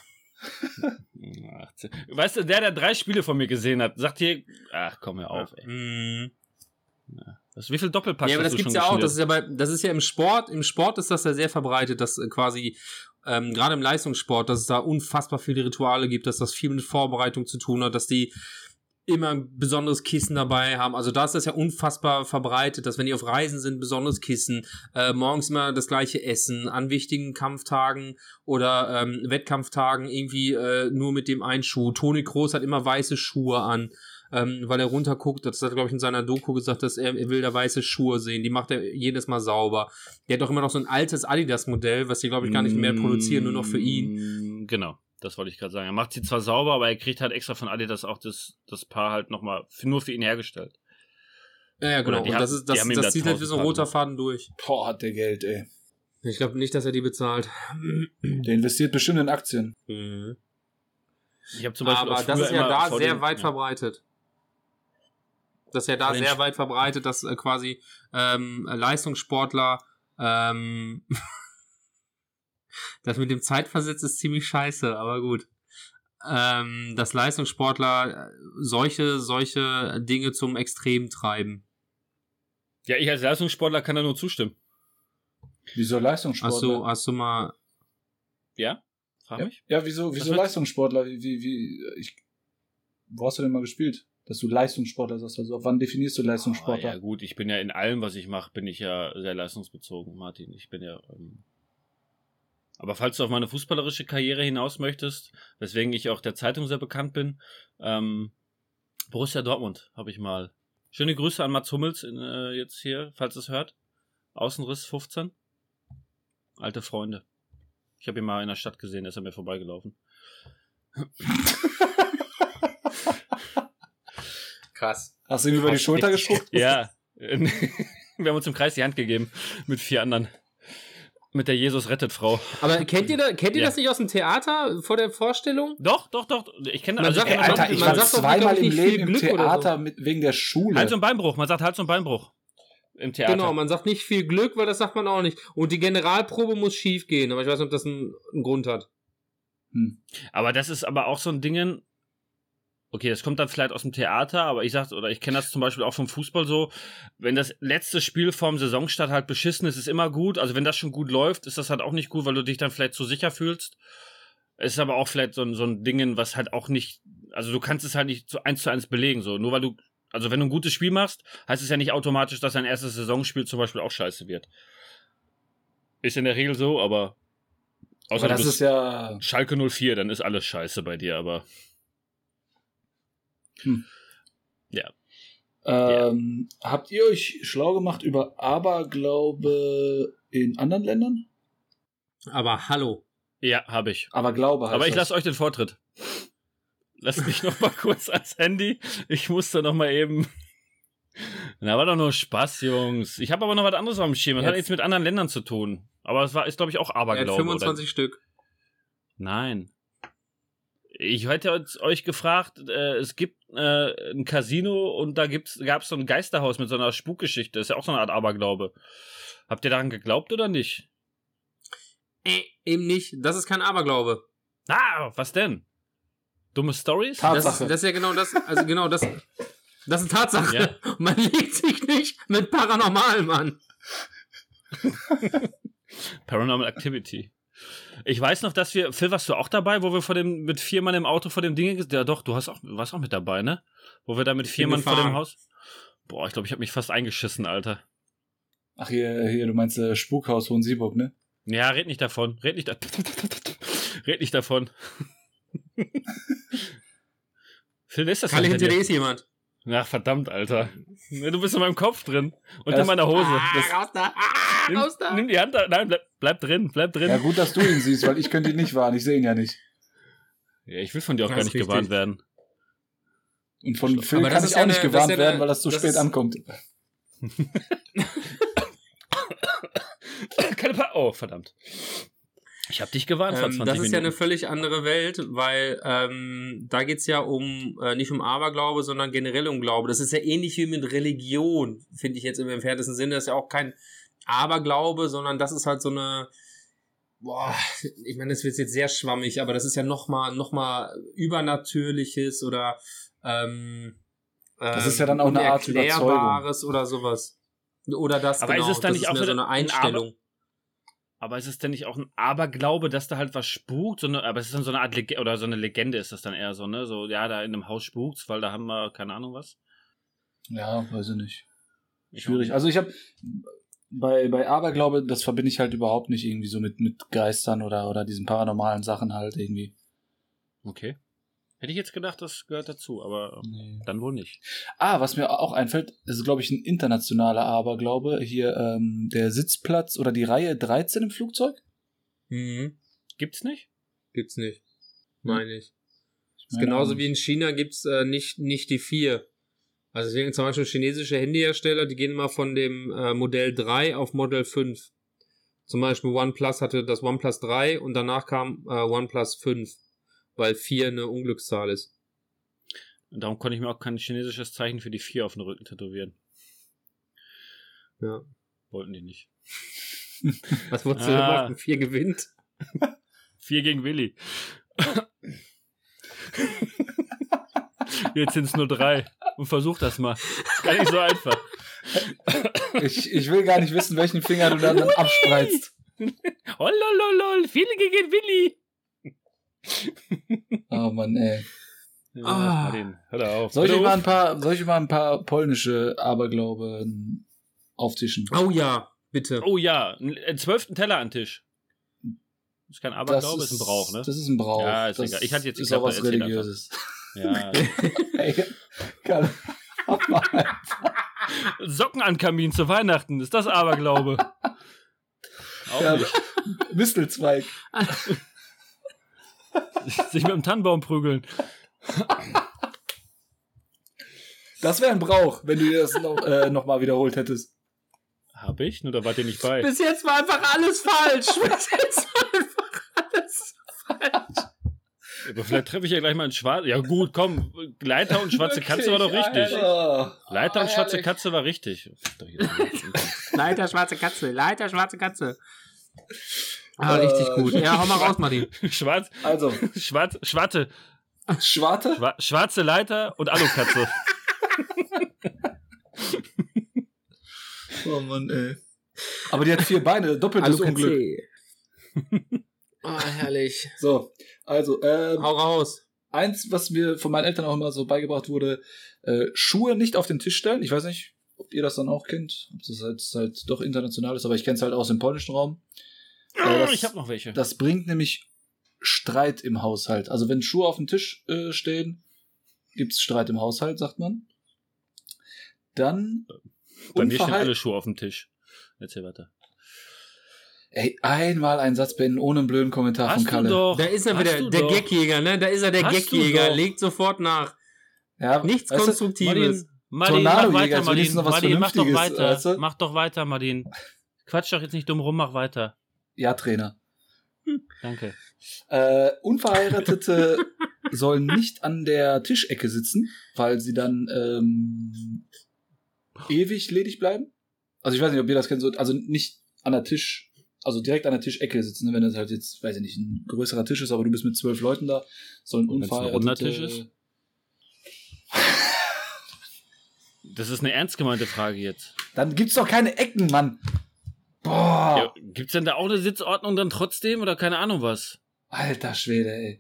Weißt du, der, der drei Spiele von mir gesehen hat, sagt hier, ach komm, hör auf, ey. Mhm. Das, wie viel Doppelpass Ja, aber hast das du gibt's schon ja auch. geschnürt? Das ist ja, bei, das ist ja im Sport. Im Sport ist das ja sehr verbreitet, dass äh, quasi ähm, gerade im Leistungssport, dass es da unfassbar viele Rituale gibt, dass das viel mit Vorbereitung zu tun hat, dass die immer ein besonderes Kissen dabei haben. Also da ist das ja unfassbar verbreitet, dass wenn die auf Reisen sind, besonderes Kissen, äh, morgens immer das gleiche Essen, an wichtigen Kampftagen oder ähm, Wettkampftagen irgendwie äh, nur mit dem einen Schuh. Toni Kroos hat immer weiße Schuhe an, ähm, weil er runterguckt. Das hat er, glaube ich, in seiner Doku gesagt, dass er, er will da weiße Schuhe sehen. Die macht er jedes Mal sauber. Der hat doch immer noch so ein altes Adidas-Modell, was die, glaube ich, gar nicht mehr produzieren, nur noch für ihn. Genau. Das wollte ich gerade sagen. Er macht sie zwar sauber, aber er kriegt halt extra von Adidas auch das, das Paar halt nochmal nur für ihn hergestellt. Ja, ja genau. Und hat, das, ist, das, das da zieht halt wie so ein roter Faden durch. Boah, hat der Geld, ey. Ich glaube nicht, dass er die bezahlt. Der investiert bestimmt in Aktien. Mhm. Ich habe zum Beispiel aber das ist ja da sehr den, weit ja. verbreitet. Das ist ja da sehr Sch- weit verbreitet, dass äh, quasi ähm, Leistungssportler ähm, das mit dem Zeitversetz ist ziemlich scheiße, aber gut. Ähm, dass Leistungssportler solche, solche Dinge zum Extrem treiben. Ja, ich als Leistungssportler kann da nur zustimmen. Wieso Leistungssportler? Hast du, hast du mal... Ja? Frag ja, mich. Ja, wieso, wieso Leistungssportler? Wie, wie, wie, ich, wo hast du denn mal gespielt? Dass du Leistungssportler sagst, also ab wann definierst du Leistungssportler? Oh, ja gut, ich bin ja in allem, was ich mache, bin ich ja sehr leistungsbezogen, Martin. Ich bin ja... Ähm Aber falls du auf meine fußballerische Karriere hinaus möchtest, weswegen ich auch der Zeitung sehr bekannt bin, ähm, Borussia Dortmund habe ich mal. Schöne Grüße an Mats Hummels in, äh, jetzt hier, falls es hört. Außenriss fünfzehn. Alte Freunde. Ich habe ihn mal in der Stadt gesehen, ist er mir vorbeigelaufen. Krass. Hast du ihm über die Schulter gespuckt? Ja. Wir haben uns im Kreis die Hand gegeben mit vier anderen. Mit der Jesus-Rettet-Frau. Aber kennt ihr, da, kennt ihr Ja. das nicht aus dem Theater vor der Vorstellung? Doch, doch, doch. Ich kenne Man also sagt, ich kenn ey, das Alter, auch. ich man war sagt doch, zweimal glaub ich, im nicht viel Leben im Glück oder Theater so. mit, wegen der Schule. Hals- und Beinbruch. Man sagt Hals- und Beinbruch. Im Theater. Genau, man sagt nicht viel Glück, weil das sagt man auch nicht. Und die Generalprobe muss schief gehen, aber ich weiß nicht, ob das einen, einen Grund hat. Hm. Aber das ist aber auch so ein Ding. Okay, das kommt dann vielleicht aus dem Theater, aber ich sag, oder ich kenne das zum Beispiel auch vom Fußball so, wenn das letzte Spiel vorm Saisonstart halt beschissen ist, ist immer gut. Also wenn das schon gut läuft, ist das halt auch nicht gut, weil du dich dann vielleicht zu sicher fühlst. Es ist aber auch vielleicht so ein, so ein Ding, was halt auch nicht, also du kannst es halt nicht so eins zu eins belegen, so. Nur weil du, also wenn du ein gutes Spiel machst, heißt es ja nicht automatisch, dass dein erstes Saisonspiel zum Beispiel auch scheiße wird. Ist in der Regel so, aber außer Aber das du bist ist ja... Schalke null vier, dann ist alles scheiße bei dir, aber Hm. ja. Ähm, ja. Habt ihr euch schlau gemacht über Aberglaube in anderen Ländern? Aber hallo. Ja, habe ich. Aberglaube heißt Aber ich das. lasse euch den Vortritt. Lasst mich noch mal kurz ans Handy. Ich musste noch mal eben... Na, war doch nur Spaß, Jungs. Ich habe aber noch was anderes auf dem Schirm. Das Jetzt. hat nichts mit anderen Ländern zu tun. Aber es war, ist, glaube ich, auch Er hat Aberglaube. fünfundzwanzig oder? Stück. Nein. Ich hätte euch gefragt, äh, es gibt äh, ein Casino und da gab es so ein Geisterhaus mit so einer Spukgeschichte. Das ist ja auch so eine Art Aberglaube. Habt ihr daran geglaubt oder nicht? Äh, eben nicht. Das ist kein Aberglaube. Ah, was denn? Dumme Stories? Tat- Das ist, Tatsache. das ist ja genau das, also genau das, das ist Tatsache. Ja. Man legt sich nicht mit Paranormalem an. Paranormal Activity. Ich weiß noch, dass wir, Phil, warst du auch dabei, wo wir vor dem, mit vier Mann im Auto vor dem Ding, ges- ja doch, du hast auch, warst auch mit dabei, ne? Wo wir da mit vier Bin Mann vor gefahren. dem Haus, boah, ich glaube, ich habe mich fast eingeschissen, Alter. Ach, hier, hier, du meinst äh, Spukhaus Hohensieburg, ne? Ja, red nicht davon, red nicht, da red nicht davon. Phil, wer ist das Kalle hinter hinter dir dir? ist jemand. Ach, verdammt, Alter. Du bist in meinem Kopf drin und Ja, in meiner Hose. Das, Ah, raus da, ah, nimm, raus da. nimm die Hand da, nein, bleib, bleib drin, bleib drin. Ja, gut, dass du ihn siehst, weil ich könnte ihn nicht warnen. Ich sehe ihn ja nicht. Ja, ich will von dir auch Das gar ist nicht richtig. gewarnt werden. Und von Phil Aber das kann ist ich ja auch nicht eine- das gewarnt ist ja werden, eine- weil das zu das spät ist- ankommt. Keine pa oh, verdammt. Ich hab dich gewarnt vor Ähm, zwanzig das ist ja eine Minuten. völlig andere Welt, weil ähm, da geht's ja um äh, nicht um Aberglaube, sondern generell um Glaube. Das ist ja ähnlich wie mit Religion, finde ich jetzt im entferntesten Sinne. Das ist ja auch kein Aberglaube, sondern das ist halt so eine, boah, ich meine, das wird jetzt sehr schwammig, aber das ist ja nochmal noch mal Übernatürliches oder ähm, Das ist ja dann auch eine Art Unerklärbares oder sowas. Oder das Aber genau. ist es dann das nicht ist auch mehr so wieder eine ein Einstellung. Aber ist es denn nicht auch ein Aberglaube, dass da halt was spukt? So eine, aber es ist dann so eine Art Legende, oder so eine Legende ist das dann eher so, ne? So, ja, da in einem Haus spukt's, weil da haben wir keine Ahnung was. Ja, weiß ich nicht. Ich Schwierig. Also ich habe bei, bei Aberglaube, das verbinde ich halt überhaupt nicht irgendwie so mit, mit Geistern oder, oder diesen paranormalen Sachen halt irgendwie. Okay. Hätte ich jetzt gedacht, das gehört dazu, aber Nee. dann wohl nicht. Ah, was mir auch einfällt, ist, glaube ich, ein internationaler Aberglaube. Hier ähm, der Sitzplatz oder die Reihe dreizehn im Flugzeug. Mhm. Gibt's nicht? Gibt's nicht. Meine ich. Ich Ist meine genauso auch wie in nicht. China gibt's äh, nicht, nicht die vier. Also deswegen zum Beispiel chinesische Handyhersteller, die gehen immer von dem äh, Modell drei auf Modell fünf. Zum Beispiel OnePlus hatte das OnePlus drei und danach kam äh, OnePlus fünf, weil vier eine Unglückszahl ist. Darum konnte ich mir auch kein chinesisches Zeichen für die vier auf den Rücken tätowieren. Ja. Wollten die nicht. Was wolltest Ah. du denn machen? vier gewinnt? vier gegen Willi. Jetzt sind es nur drei. Und versuch das mal. Ist gar nicht so einfach. Ich, ich will gar nicht wissen, welchen Finger du dann, dann abspreizt. Hollololol, viele gegen Willi. Oh Mann, ey. Ja, Ah. Martin, hör auf. Soll ich, Hör euch mal auf. ein paar, soll ich euch mal ein paar polnische Aberglauben auftischen? Oh ja, bitte. Oh ja, einen zwölften Teller an den Tisch. Ist kein Aberglaube, ist ein Brauch, ne? Das ist ein Brauch. Ja, ist das egal. Ich hatte jetzt die ist auch Klappe, was erzähl Religiöses. Ja. Ey, Karl, hab mal. Socken an Kamin zu Weihnachten, ist das Aberglaube? Auch Ja, nicht. Mistelzweig. Sich mit dem Tannenbaum prügeln. Das wäre ein Brauch, wenn du dir das noch, äh, noch mal wiederholt hättest. Hab ich? Nur da wart ihr nicht bei. Bis jetzt war einfach alles falsch. Bis jetzt war einfach alles falsch. Aber vielleicht treffe ich ja gleich mal einen Schwarz. Ja gut, komm. Leiter und schwarze Katze war doch richtig. Oh, Leiter und oh, schwarze herrlich. Katze war richtig. Leiter, schwarze Katze. Leiter, schwarze Katze. Ah, Äh, richtig gut. Ja, hau mal raus, Martin. Schwarz, Also, schwarz, schwarte, Schwarte? schwa, schwarze Leiter und Alukatze. Oh Mann, ey. Aber die hat vier Beine, doppeltes Unglück. Ah, herrlich. So, also, ähm, Hau raus. eins, was mir von meinen Eltern auch immer so beigebracht wurde, äh, Schuhe nicht auf den Tisch stellen. Ich weiß nicht, ob ihr das dann auch kennt, ob das halt, halt doch international ist, aber ich kenne es halt aus dem polnischen Raum. Äh, das, Ich hab noch welche. das bringt nämlich Streit im Haushalt. Also wenn Schuhe auf dem Tisch äh, stehen, gibt's Streit im Haushalt, sagt man. Dann Bei mir stehen Unverhal- alle Schuhe auf dem Tisch. Erzähl weiter. Ey, einmal einen Satz beenden ohne einen blöden Kommentar Hast von du Kalle. doch. Da ist er Hast wieder, du der doch. Gagjäger, ne? Da ist er, der Hast du Gagjäger. doch. Legt sofort nach. Ja, Nichts weißt du, Konstruktives. Martin, mach Tornado-Jäger, weiter, ist Martin. wenigstens noch was Martin, mach doch Vernünftiges, weiter. weißt du? Mach doch weiter, Martin. Quatsch doch jetzt nicht dumm rum, mach weiter. Ja, Trainer. Danke. Äh, Unverheiratete sollen nicht an der Tischecke sitzen, weil sie dann ähm, ewig ledig bleiben. Also ich weiß nicht, ob ihr das kennt, so, also nicht an der Tisch, also direkt an der Tischecke sitzen, ne? Wenn das halt jetzt, weiß ich nicht, ein größerer Tisch ist, aber du bist mit zwölf Leuten da, sollen Und wenn's ein Unverheiratete... runder Tisch ist? Das ist eine ernst gemeinte Frage jetzt. Dann gibt's doch keine Ecken, Mann. Boah, Ja, gibt's denn da auch eine Sitzordnung dann trotzdem oder keine Ahnung was? alter Schwede, ey.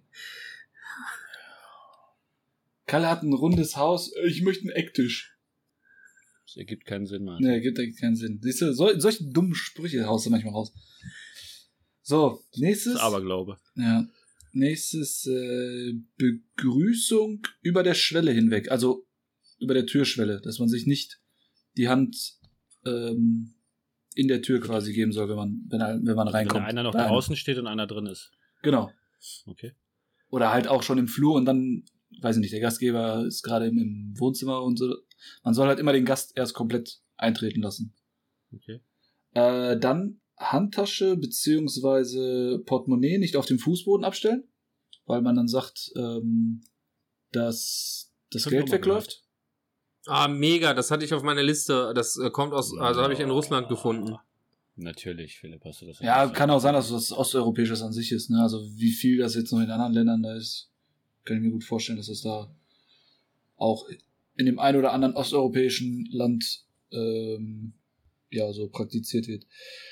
Kalle hat ein rundes Haus, ich möchte einen Ecktisch. Das ergibt keinen Sinn, Mann. Nee, gibt eigentlich keinen Sinn. Siehst du, sol solche dummen Sprüche haust du manchmal raus. So, nächstes. Das ist Aberglaube. Ja. Nächstes äh, Begrüßung über der Schwelle hinweg, also über der Türschwelle, dass man sich nicht die Hand ähm, in der Tür quasi geben soll, wenn man wenn, er- wenn man Wenn reinkommt. da einer noch Bei einem. draußen steht und einer drin ist. Genau. Okay. Oder halt auch schon im Flur und dann, weiß ich nicht, der Gastgeber ist gerade im, im Wohnzimmer und so. Man soll halt immer den Gast erst komplett eintreten lassen. Okay. Äh, dann Handtasche beziehungsweise Portemonnaie nicht auf dem Fußboden abstellen, weil man dann sagt, ähm, dass das Hab ich Geld auch mal wegläuft. Ah, mega. Das hatte ich auf meiner Liste. Das äh, kommt aus, also habe ich in Russland gefunden. Natürlich, Philipp, hast du das Ja, nicht kann auch sein, dass das Osteuropäisches an sich ist. Ne? Also wie viel das jetzt noch in anderen Ländern da ist, kann ich mir gut vorstellen, dass es da auch in dem einen oder anderen osteuropäischen Land ähm, ja so praktiziert wird.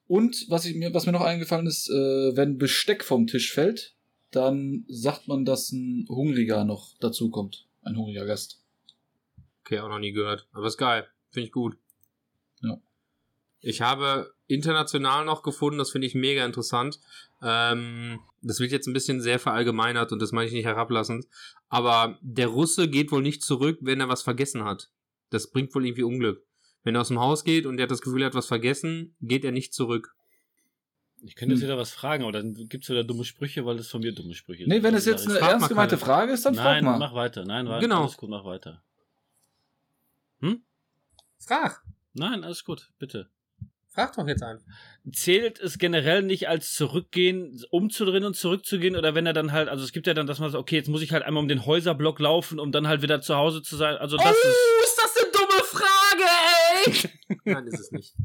Und was, ich mir, was mir noch eingefallen ist, äh, wenn Besteck vom Tisch fällt, dann sagt man, dass ein Hungriger noch dazukommt. Ein hungriger Gast. Okay, auch noch nie gehört. Aber ist geil. Finde ich gut. Ja. Ich habe international noch gefunden, das finde ich mega interessant. Ähm, das wird jetzt ein bisschen sehr verallgemeinert und das meine ich nicht herablassend. Aber der Russe geht wohl nicht zurück, wenn er was vergessen hat. Das bringt wohl irgendwie Unglück. Wenn er aus dem Haus geht und er hat das Gefühl, er hat was vergessen, geht er nicht zurück. Ich könnte jetzt Hm. wieder was fragen, aber dann gibt es wieder dumme Sprüche, weil das von mir dumme Sprüche sind. Nee, wenn es Also jetzt sag eine ich- frag ernst mal gemeinte keine. Frage ist, dann frag Nein, mal. mach weiter. Nein, warte, Genau. alles gut, mach weiter. Hm? Frag. Nein, alles gut, bitte. Frag doch jetzt einfach. Zählt es generell nicht als zurückgehen, umzudrehen und zurückzugehen? Oder wenn er dann halt, also es gibt ja dann, dass man sagt, okay, jetzt muss ich halt einmal um den Häuserblock laufen, um dann halt wieder zu Hause zu sein. Also das ist... Oh, ist das eine dumme Frage, ey! Nein, ist es nicht.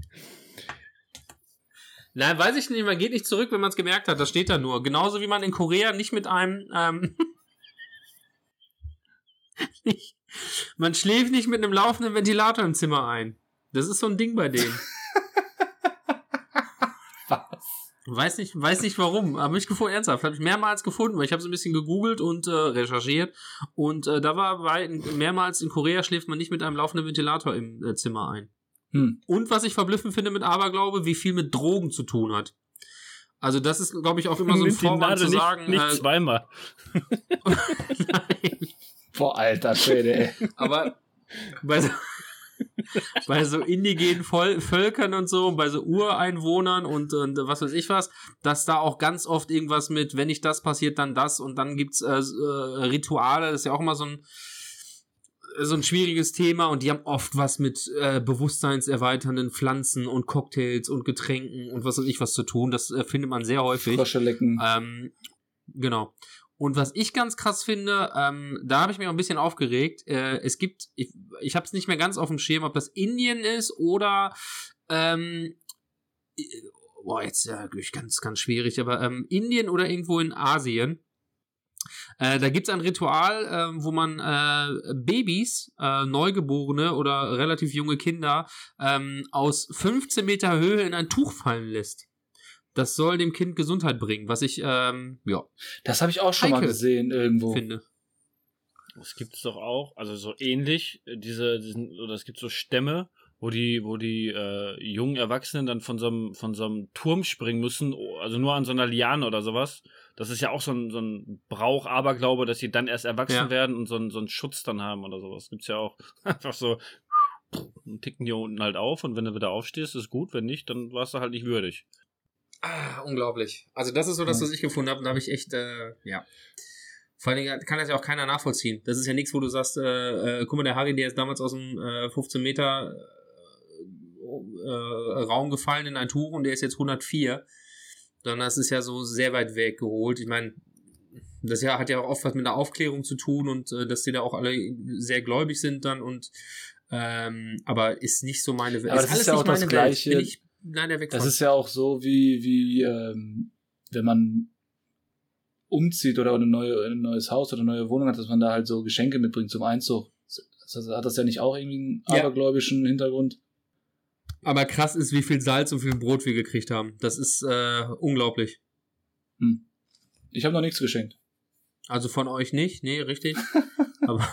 Nein, weiß ich nicht, man geht nicht zurück, wenn man es gemerkt hat, das steht da nur. Genauso wie man in Korea nicht mit einem, ähm, nicht, man schläft nicht mit einem laufenden Ventilator im Zimmer ein. Das ist so ein Ding bei denen. Was? Weiß nicht, weiß nicht warum, aber ich gefunden, ernsthaft, habe ich mehrmals gefunden, weil ich habe so ein bisschen gegoogelt und äh, recherchiert und äh, da war bei, mehrmals in Korea schläft man nicht mit einem laufenden Ventilator im äh, Zimmer ein. Hm. Und was ich verblüffend finde mit Aberglaube, wie viel mit Drogen zu tun hat. Also das ist, glaube ich, auch immer so ein Nimmt die Vorwand Nadel zu nicht, sagen, nicht äh, zweimal. nein, Boah, alter Schwede, ey. aber bei so, bei so indigenen Vol- Völkern und so, und bei so Ureinwohnern und, und was weiß ich was, dass da auch ganz oft irgendwas mit, wenn nicht das passiert, dann das und dann gibt's äh, äh, Rituale, das ist ja auch immer so ein so ein schwieriges Thema und die haben oft was mit äh, bewusstseinserweiternden Pflanzen und Cocktails und Getränken und was weiß ich was zu tun. Das äh, findet man sehr häufig. Frösche lecken. Ähm, genau. Und was ich ganz krass finde, ähm, da habe ich mich auch ein bisschen aufgeregt. Äh, es gibt, ich, ich habe es nicht mehr ganz auf dem Schirm, ob das Indien ist oder ähm, äh, boah, jetzt ja ganz, ganz schwierig, aber ähm, Indien oder irgendwo in Asien. Äh, da gibt's ein Ritual, äh, wo man äh, Babys, äh, Neugeborene oder relativ junge Kinder ähm, aus fünfzehn Meter Höhe in ein Tuch fallen lässt. Das soll dem Kind Gesundheit bringen, was ich, ähm, ja, Das habe ich auch schon mal Heikel. gesehen irgendwo. finde. Das gibt es doch auch, also so ähnlich, äh, diese, diesen, oder es gibt so Stämme, wo die, wo die äh, jungen Erwachsenen dann von so einem, von so einem Turm springen müssen, o- also nur an so einer Liane oder sowas. Das ist ja auch so ein, so ein Brauch, Aberglaube, dass sie dann erst erwachsen Ja. werden und so einen, so einen Schutz dann haben oder sowas. Gibt's ja auch einfach so, und ticken die unten halt auf und wenn du wieder aufstehst, ist gut, wenn nicht, dann warst du halt nicht würdig. Ah, unglaublich. Also das ist so das, Ja. was ich gefunden habe. Und da habe ich echt, äh, ja. Vor allen Dingen kann das ja auch keiner nachvollziehen. Das ist ja nichts, wo du sagst, äh, äh, guck mal, der Harry, der ist damals aus dem äh, fünfzehn Meter äh, äh, Raum gefallen in ein Tuch und der ist jetzt hundertvier. Sondern das ist ja so sehr weit weg geholt. Ich meine, das ja, hat ja auch oft was mit der Aufklärung zu tun und äh, dass die da auch alle sehr gläubig sind dann und ähm, aber ist nicht so meine Welt. Aber das ist ja auch das Gleiche. Bin ich leider weg Das von. ist ja auch so, wie, wie ähm, wenn man umzieht oder eine neue, ein neues Haus oder eine neue Wohnung hat, dass man da halt so Geschenke mitbringt zum Einzug. Das, hat das ja nicht auch irgendwie einen Ja. abergläubischen Hintergrund? Aber krass ist, wie viel Salz und wie viel Brot wir gekriegt haben. Das ist äh, unglaublich. Hm. Ich habe noch nichts geschenkt. Also von euch nicht, nee, richtig. aber,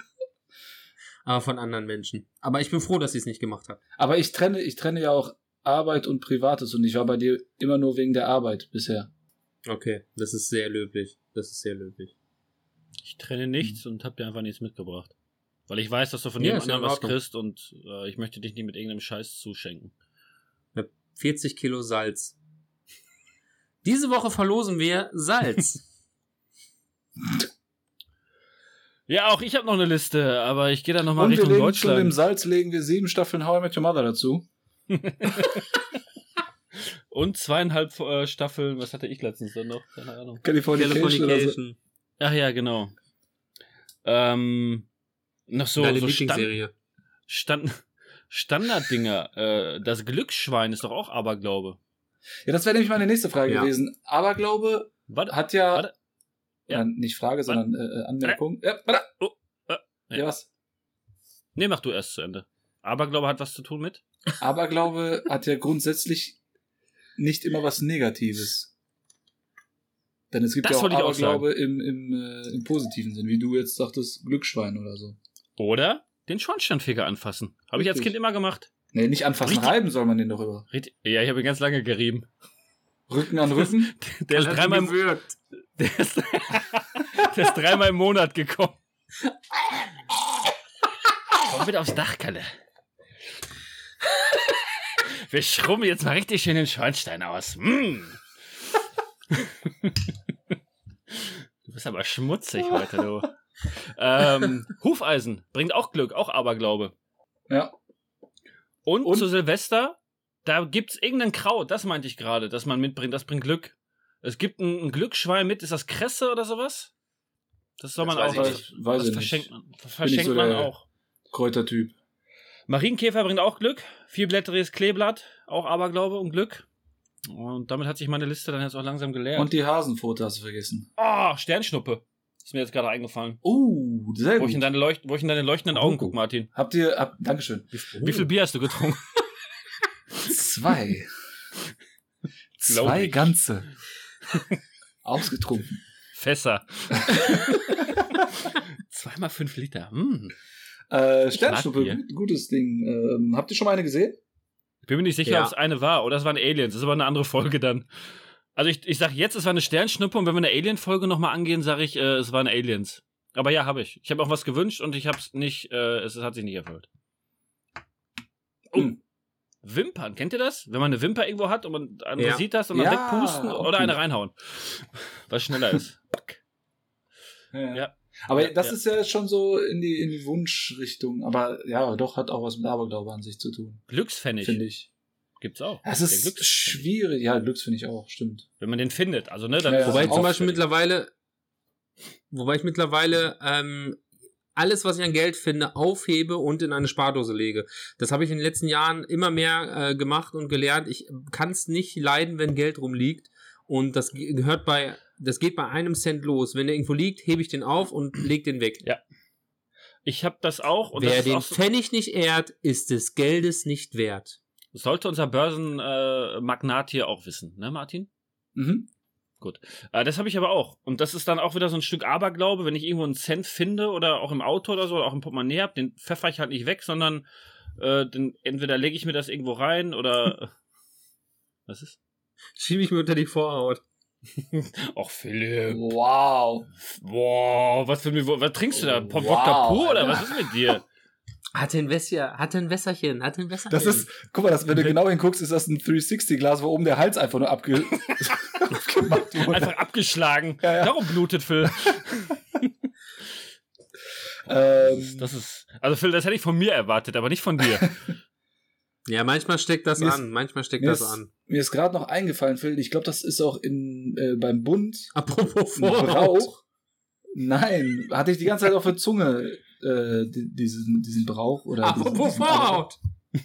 aber von anderen Menschen. Aber ich bin froh, dass ich es nicht gemacht habe. Aber ich trenne, ich trenne ja auch Arbeit und Privates und ich war bei dir immer nur wegen der Arbeit bisher. Okay, das ist sehr löblich. Das ist sehr löblich. Ich trenne nichts und hab dir einfach nichts mitgebracht. Weil ich weiß, dass du von Ja, jedem ist ja in anderen was Ordnung. kriegst und äh, ich möchte dich nicht mit irgendeinem Scheiß zuschenken. vierzig Kilo Salz. Diese Woche verlosen wir Salz. Ja, auch ich habe noch eine Liste, aber ich gehe dann nochmal Und wir Richtung legen zu dem Deutschland. Salz legen wir sieben Staffeln How I Met Your Mother dazu. Und zweieinhalb äh, Staffeln, was hatte ich letztens dann noch? Keine Ahnung. Californication oder so. Californication. Ach ja, genau. Ähm, noch so, Deine so Stand, Lieblingsserie. Stand, Standarddinger. Äh, das Glücksschwein ist doch auch Aberglaube. Ja, das wäre nämlich meine nächste Frage Ja. gewesen. Aberglaube Warte, hat ja, warte. Ja. ja. nicht Frage, sondern äh, Anmerkung. Ja, warte. Oh, äh, Ja, ja. was? Nee, mach du erst zu Ende. Aberglaube hat was zu tun mit? Aberglaube hat ja grundsätzlich nicht immer was Negatives. Denn es gibt Das ja auch wollte ich auch Aberglaube im, im, äh, im positiven Sinn, wie du jetzt sagtest, Glücksschwein oder so. Oder den Schornsteinfeger anfassen. Habe ich als Richtig. Kind immer gemacht. Nee, nicht anfassen, Richtig. reiben soll man den doch über. Richtig- Ja, ich habe ihn ganz lange gerieben. Rücken an Rücken. Der ist, Hat er dreimal, im- gewürgt. der, ist, der ist dreimal im Monat gekommen. Komm bitte aufs Dach, Kalle. Wir schrubben jetzt mal richtig schön den Schornstein aus. Mm. Du bist aber schmutzig heute, du. Ähm, Hufeisen bringt auch Glück, auch Aberglaube. Ja. Und, Und? zu Silvester, da gibt's irgendein Kraut, das meinte ich gerade, das man mitbringt, das bringt Glück. Es gibt ein, ein Glücksschwein mit, ist das Kresse oder sowas? Das soll man Das auch. weiß ich nicht. Weiß das ich verschenkt nicht. man, verschenkt so man der- auch. Kräutertyp. Marienkäfer bringt auch Glück. Vierblättriges Kleeblatt, auch Aberglaube und Glück. Und damit hat sich meine Liste dann jetzt auch langsam geleert. Und die Hasenpfote hast du vergessen. oh, Sternschnuppe. Ist mir jetzt gerade eingefallen. Oh, sehr Wo ich, in gut. deine Leucht wo ich in deine leuchtenden Oh, Augen gut. guck, Martin. Habt ihr, hab, Dankeschön. Wie viel Bier hast du getrunken? Zwei. Glaub Zwei ich. ganze. Ausgetrunken. Fässer. Zweimal fünf Liter. Hm. Äh, Ich Sternschnuppe, mag Bier. gut, gutes Ding. Ähm, habt ihr schon mal eine gesehen? Ich bin mir nicht sicher, Ja. ob es eine war oder es waren Aliens. Das ist aber eine andere Folge dann. Also ich, ich sag jetzt, es war eine Sternschnuppe und wenn wir eine Alien-Folge nochmal angehen, sage ich, äh, es waren Aliens. Aber ja, habe ich. Ich habe auch was gewünscht und ich habe es nicht, äh, es hat sich nicht erfüllt. Oh. Hm. Wimpern, kennt ihr das? Wenn man eine Wimper irgendwo hat und man andere Ja. sieht das und dann Ja, wegpusten auch oder gut. eine reinhauen. Was schneller ist. Ja. Ja. Aber Ja, das ja. ist ja schon so in die, in die Wunschrichtung. Aber ja, doch, hat auch was mit Aberglaube an sich zu tun. Glückspfennig Finde ich. gibt's auch. Das Der ist Glückspfennig. schwierig. Ja, Glücks finde ich auch, stimmt. Wenn man den findet. Also, ne, dann Ja, ist ja. es Wobei ich zum auch Beispiel auffällig. mittlerweile, wobei ich mittlerweile ähm, alles, was ich an Geld finde, aufhebe und in eine Spardose lege. Das habe ich in den letzten Jahren immer mehr äh, gemacht und gelernt. Ich kann es nicht leiden, wenn Geld rumliegt. Und das ge- gehört bei, das geht bei einem Cent los. Wenn der irgendwo liegt, hebe ich den auf und leg den weg. Ja. Ich habe das auch. Und Wer das ist den auch so, Pfennig nicht ehrt, ist des Geldes nicht wert. sollte unser Börsenmagnat äh, Magnat hier auch wissen, ne, Martin? Mhm. Äh, das habe ich aber auch. Und das ist dann auch wieder so ein Stück Aberglaube, wenn ich irgendwo einen Cent finde oder auch im Auto oder so, oder auch im Portemonnaie habe, den pfeffer ich halt nicht weg, sondern äh, den, entweder lege ich mir das irgendwo rein oder. Was ist? Schiebe ich mir unter die Vorhaut. Och, Philipp. Wow. Boah, was, für, was trinkst du da? Wow, Wodka pur oder Alter. was ist mit dir? Hatte ein Wässer, hatte ein Wässerchen, hatte ein Wässerchen. Das ist, guck mal, das, wenn du genau hinguckst, ist das ein dreihundertsechzig-Glas, wo oben der Hals einfach nur abge abgemacht wurde. Einfach abgeschlagen. Ja, ja. Darum blutet Phil. Ähm, Das ist. Also, Phil, das hätte ich von mir erwartet, aber nicht von dir. Ja, manchmal steckt das Mir ist- an, manchmal steckt mir das ist, an. mir ist gerade noch eingefallen, Phil, ich glaube, das ist auch in, äh, beim Bund Apropos ein Vorhaut. Brauch. Nein, hatte ich die ganze Zeit auf der Zunge, äh, die, diesen, diesen Brauch. Oder Apropos diesen, diesen Vorhaut.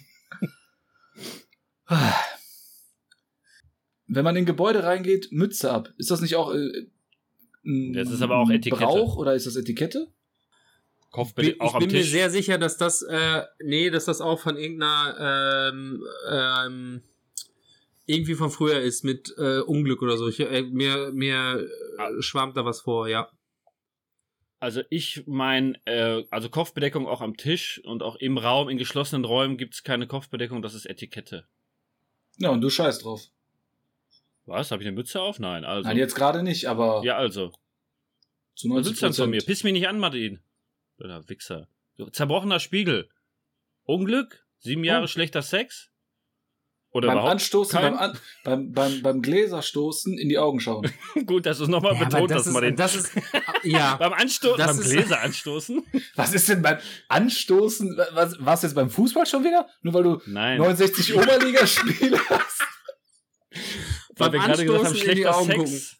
Wenn man in Gebäude reingeht, Mütze ab. Ist das nicht auch äh, ein Das ist aber auch Etikette. Brauch oder ist das Etikette? Kopfbild Ich auch am bin mir Tisch. sehr sicher, dass das, äh, nee, dass das auch von irgendeiner, ähm, ähm, irgendwie von früher ist mit äh, Unglück oder so. Ich, äh, mir mir äh, schwammt da was vor, ja. Also ich mein, äh, also Kopfbedeckung auch am Tisch und auch im Raum, in geschlossenen Räumen gibt es keine Kopfbedeckung, das ist Etikette. Ja, und du scheißt drauf. Was? Habe ich eine Mütze auf? Nein, also. Nein, jetzt gerade nicht, aber Ja, also. zu Was neunzig willst du denn von mir? Prozent. Piss mich nicht an, Martin. Oder Wichser. Zerbrochener Spiegel. Unglück? Sieben Jahre Oh. schlechter Sex? Oder Beim überhaupt Anstoßen, kein? beim, An beim, beim, beim Gläserstoßen in die Augen schauen. Gut, dass du es nochmal Ja, aber betont das hast, ist, Martin. das ist, ja. beim Anstoßen, das beim ist- Gläser anstoßen? Was ist denn beim Anstoßen? Was, warst du jetzt beim Fußball schon wieder? Nur weil du Nein. neunundsechzig Oberligaspiele hast? Weil wir beim gerade gesagt haben, Anstoßen in die schlechter Augen Sex.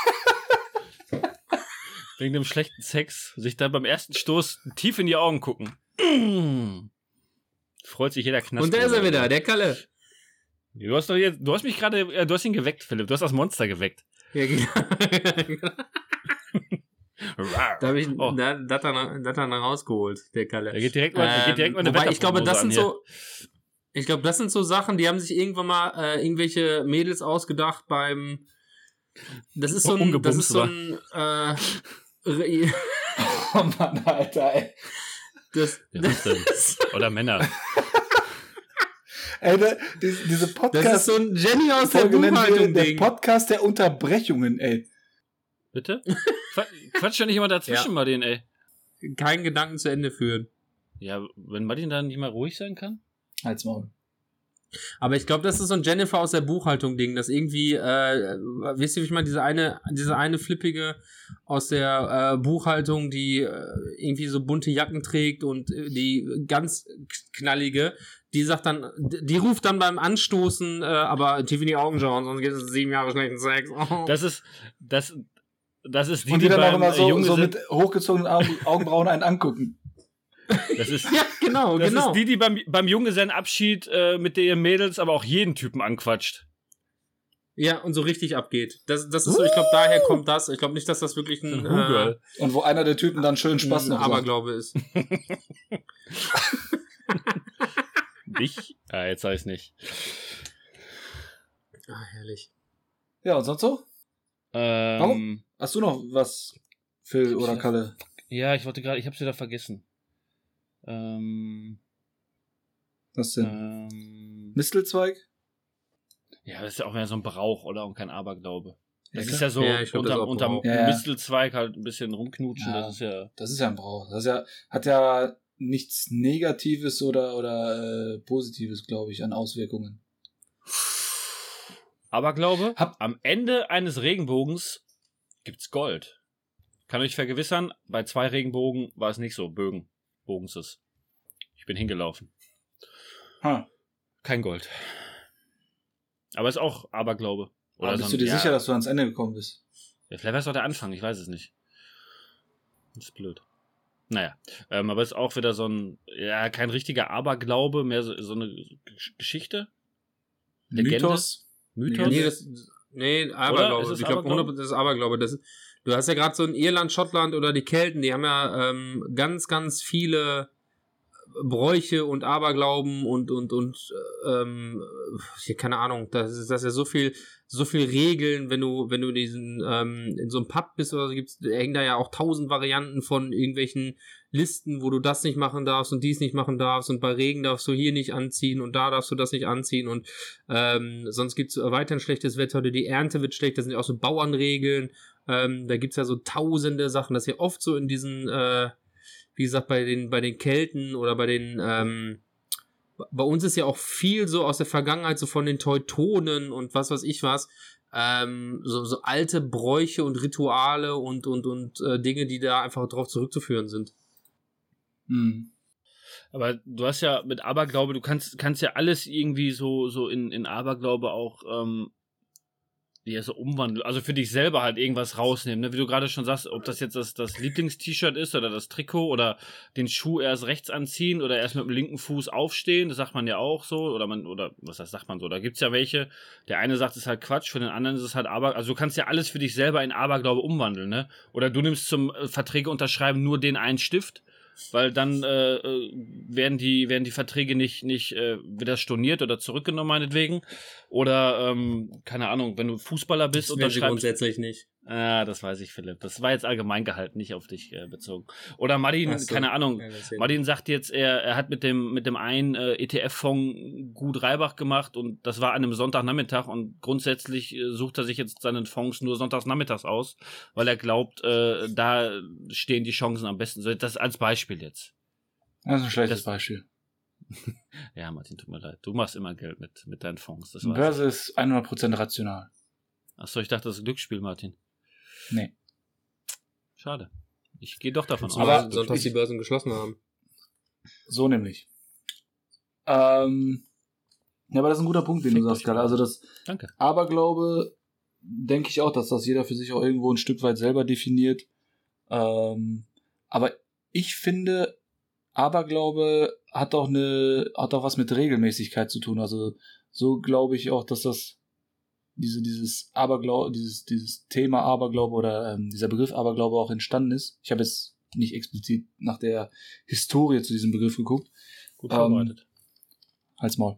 Wegen dem schlechten Sex, sich dann beim ersten Stoß tief in die Augen gucken. Freut sich jeder Knast. Und da ist er wieder, der Kalle. Du hast doch jetzt, du hast mich gerade, äh, du hast ihn geweckt, Philipp. Du hast das Monster geweckt. Ja, genau. Da habe ich Oh. da, das dann, das dann rausgeholt, der Kalle. Er geht direkt mal, er geht direkt mal eine wobei ich glaube, Wetterprognose das an sind hier. so. Ich glaube, das sind so Sachen, die haben sich irgendwann mal äh, irgendwelche Mädels ausgedacht beim. Das ist so ein. Das ist so ein. Äh, oh Mann, Alter, ey. Das, ja, was denn? Oder Männer. Ey, da, diese, diese Podcast. Das ist so ein Jenny aus der Buchhaltung-Ding. Der Podcast der Unterbrechungen, ey. Bitte? Quatsch doch nicht immer dazwischen, ja. Martin, ey. Keinen Gedanken zu Ende führen. Ja, wenn Martin dann nicht mal ruhig sein kann? Halt's Maul. Aber ich glaube, das ist so ein Jennifer aus der Buchhaltung-Ding, das irgendwie, äh, wisst ihr, wie ich meine, diese eine, diese eine Flippige aus der äh, Buchhaltung, die äh, irgendwie so bunte Jacken trägt und äh, die ganz knallige, die sagt dann, die ruft dann beim Anstoßen, äh, aber tief in die Augen schauen, sonst gibt es sieben Jahre schlechten Sex. Oh. Das ist, das, das ist die, und die, die dann auch immer so, äh, so mit hochgezogenen Augen, Augenbrauen einen angucken. Das ist, ja, genau, das genau. ist die, die beim, beim Junggesellenabschied äh, mit den Mädels aber auch jeden Typen anquatscht. Ja, und so richtig abgeht. Das, das ist so, ich glaube, daher kommt das. Ich glaube nicht, dass das wirklich ein, ein äh, und wo einer der Typen dann schön Spaß noch Aberglaube ist. Dich? Ah, jetzt weiß ich nicht. Ah, herrlich. Ja, und sonst so? Ähm, Warum? Hast du noch was, Phil oder Kalle? Ja, ich wollte gerade, ich hab's wieder vergessen. Ähm, was denn? Ähm, Mistelzweig? Ja, das ist ja auch mehr so ein Brauch, oder? Und kein Aberglaube. Das ja, ist ja so ja, glaub, unter, unterm ja, ja. Mistelzweig halt ein bisschen rumknutschen. Ja, das ist ja. Das ist ja ein Brauch. Das ist ja, hat ja nichts Negatives oder, oder äh, Positives, glaube ich, an Auswirkungen. Aberglaube? Hab Am Ende eines Regenbogens gibt's Gold. Kann euch vergewissern, bei zwei Regenbogen war es nicht so. Bögen. Bogens ist. Ich bin hingelaufen. Huh. Kein Gold. Aber ist auch Aberglaube. Oder Aber bist so ein, du dir ja, sicher, dass du ans Ende gekommen bist? Ja, vielleicht war es auch der Anfang, ich weiß es nicht. Das ist blöd. Naja, ähm, aber ist auch wieder so ein, ja, kein richtiger Aberglaube, mehr so, so eine Gesch- Geschichte? Legende? Mythos? Mythos? Nee, das, nee Aberglaube. Ich glaube, hundert Prozent das ist Aberglaube. Das ist, du hast ja gerade so in Irland, Schottland oder die Kelten, die haben ja ähm, ganz, ganz viele Bräuche und Aberglauben und und und ähm, hier, keine Ahnung, das ist das ist ja so viel so viel Regeln, wenn du wenn du diesen ähm, in so einem Pub bist oder so, gibt's hängen da ja auch tausend Varianten von irgendwelchen Listen, wo du das nicht machen darfst und dies nicht machen darfst und bei Regen darfst du hier nicht anziehen und da darfst du das nicht anziehen und ähm, sonst gibt's weiterhin schlechtes Wetter oder die Ernte wird schlecht, das sind ja auch so Bauernregeln, ähm, da gibt's ja so tausende Sachen, das ist ja oft so in diesen äh, wie gesagt, bei den, bei den Kelten oder bei den, ähm, bei uns ist ja auch viel so aus der Vergangenheit, so von den Teutonen und was weiß ich was, ähm, so, so alte Bräuche und Rituale und, und, und äh, Dinge, die da einfach drauf zurückzuführen sind. Hm. Aber du hast ja mit Aberglaube, du kannst, kannst ja alles irgendwie so, so in, in Aberglaube auch, ähm, ja, so umwandeln, also für dich selber halt irgendwas rausnehmen, ne? Wie du gerade schon sagst, ob das jetzt das, das Lieblingst-T-Shirt ist oder das Trikot oder den Schuh erst rechts anziehen oder erst mit dem linken Fuß aufstehen, das sagt man ja auch so, oder man, oder was heißt, sagt man so, da gibt's ja welche, der eine sagt, es ist halt Quatsch, für den anderen ist es halt Aber, also du kannst ja alles für dich selber in Aberglaube umwandeln, ne? Oder du nimmst zum äh, Verträge unterschreiben nur den einen Stift, weil dann äh, werden die werden die Verträge nicht nicht äh, wieder storniert oder zurückgenommen meinetwegen oder ähm, keine Ahnung, wenn du Fußballer bist das unterschreibst grundsätzlich nicht. Ah, das weiß ich, Philipp. Das war jetzt allgemein gehalten, nicht auf dich äh, bezogen. Oder Martin, So. keine Ahnung. Ja, Martin sagt jetzt, er, er hat mit dem mit dem einen äh, E T F-Fonds gut Reibach gemacht und das war an einem Sonntagnachmittag und grundsätzlich äh, sucht er sich jetzt seinen Fonds nur sonntagsnachmittags aus, weil er glaubt, äh, da stehen die Chancen am besten. So, das als Beispiel jetzt. Das ist ein schlechtes Das- Beispiel. Ja, Martin, tut mir leid. Du machst immer Geld mit mit deinen Fonds. Das Die weiß Börse ist hundert Prozent rational. ich. Achso, ich dachte, das ist ein Glücksspiel, Martin. Nee. Schade. Ich gehe doch davon aus. Aber- Aber sonntags die Börsen geschlossen haben. So nämlich. Ähm, ja, aber das ist ein guter Punkt, den Fickt du sagst, euch Kalle. mal. Also das Danke. Aberglaube, denke ich auch, dass das jeder für sich auch irgendwo ein Stück weit selber definiert. Ähm, aber ich finde, Aberglaube hat auch eine, hat auch was mit Regelmäßigkeit zu tun. Also so glaube ich auch, dass das diese, dieses Aberglaube, dieses, dieses Thema Aberglaube oder ähm, dieser Begriff Aberglaube auch entstanden ist. Ich habe jetzt nicht explizit nach der Historie zu diesem Begriff geguckt. Gut Ähm, vorbereitet. Halt's Maul.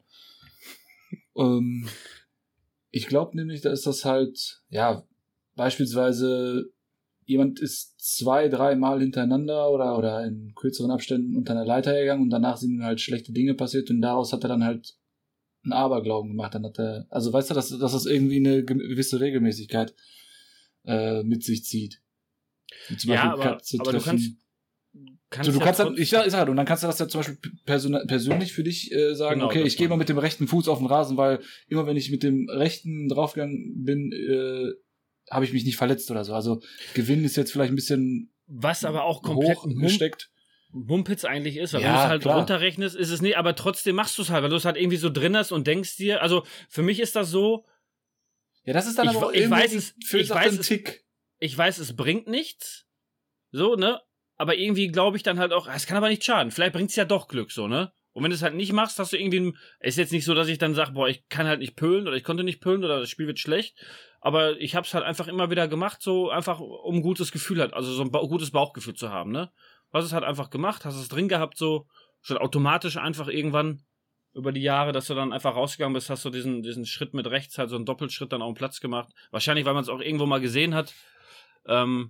ähm, ich glaube nämlich, da ist das halt, ja, beispielsweise jemand ist zwei, drei Mal hintereinander oder, oder in kürzeren Abständen unter einer Leiter gegangen und danach sind ihm halt schlechte Dinge passiert und daraus hat er dann halt einen Aberglauben gemacht. Dann hat er, also weißt du, dass, dass das irgendwie eine gewisse Regelmäßigkeit äh, mit sich zieht. Zum ja, Beispiel aber, zu aber du kannst, kannst so, du ja kannst trotz- dann, ich sag, ich sag, und dann kannst du das ja zum Beispiel persön- persönlich für dich äh, sagen, Genau, okay, das ich gehe meine mal mit dem rechten Fuß auf den Rasen, weil immer wenn ich mit dem rechten draufgegangen bin, äh, habe ich mich nicht verletzt oder so. Also Gewinn ist jetzt vielleicht ein bisschen was aber auch komplett hoch ein Mum- gesteckt. Mumpitz eigentlich ist, weil Ja, wenn du es halt klar. runterrechnest, ist es nicht, aber trotzdem machst du es halt, weil du es halt irgendwie so drin hast und denkst dir, also für mich ist das so, Ja, das ist dann Ich aber auch ich irgendwie weiß es- für ich auch weiß den es- Tick. ich weiß, es bringt nichts, so, ne, aber irgendwie glaube ich dann halt auch, es kann aber nicht schaden, vielleicht bringt es ja doch Glück, so, ne, und wenn du es halt nicht machst, hast du irgendwie, ein, ist jetzt nicht so, dass ich dann sage, boah, ich kann halt nicht pölen oder ich konnte nicht pölen oder das Spiel wird schlecht, aber ich habe es halt einfach immer wieder gemacht, so einfach, um ein gutes Gefühl halt, also so ein ba- gutes Bauchgefühl zu haben, ne, hast es halt einfach gemacht, hast es drin gehabt, so, schon automatisch einfach irgendwann über die Jahre, dass du dann einfach rausgegangen bist, hast du diesen, diesen Schritt mit rechts, halt so einen Doppelschritt dann auf den Platz gemacht. Wahrscheinlich, weil man es auch irgendwo mal gesehen hat. Ähm,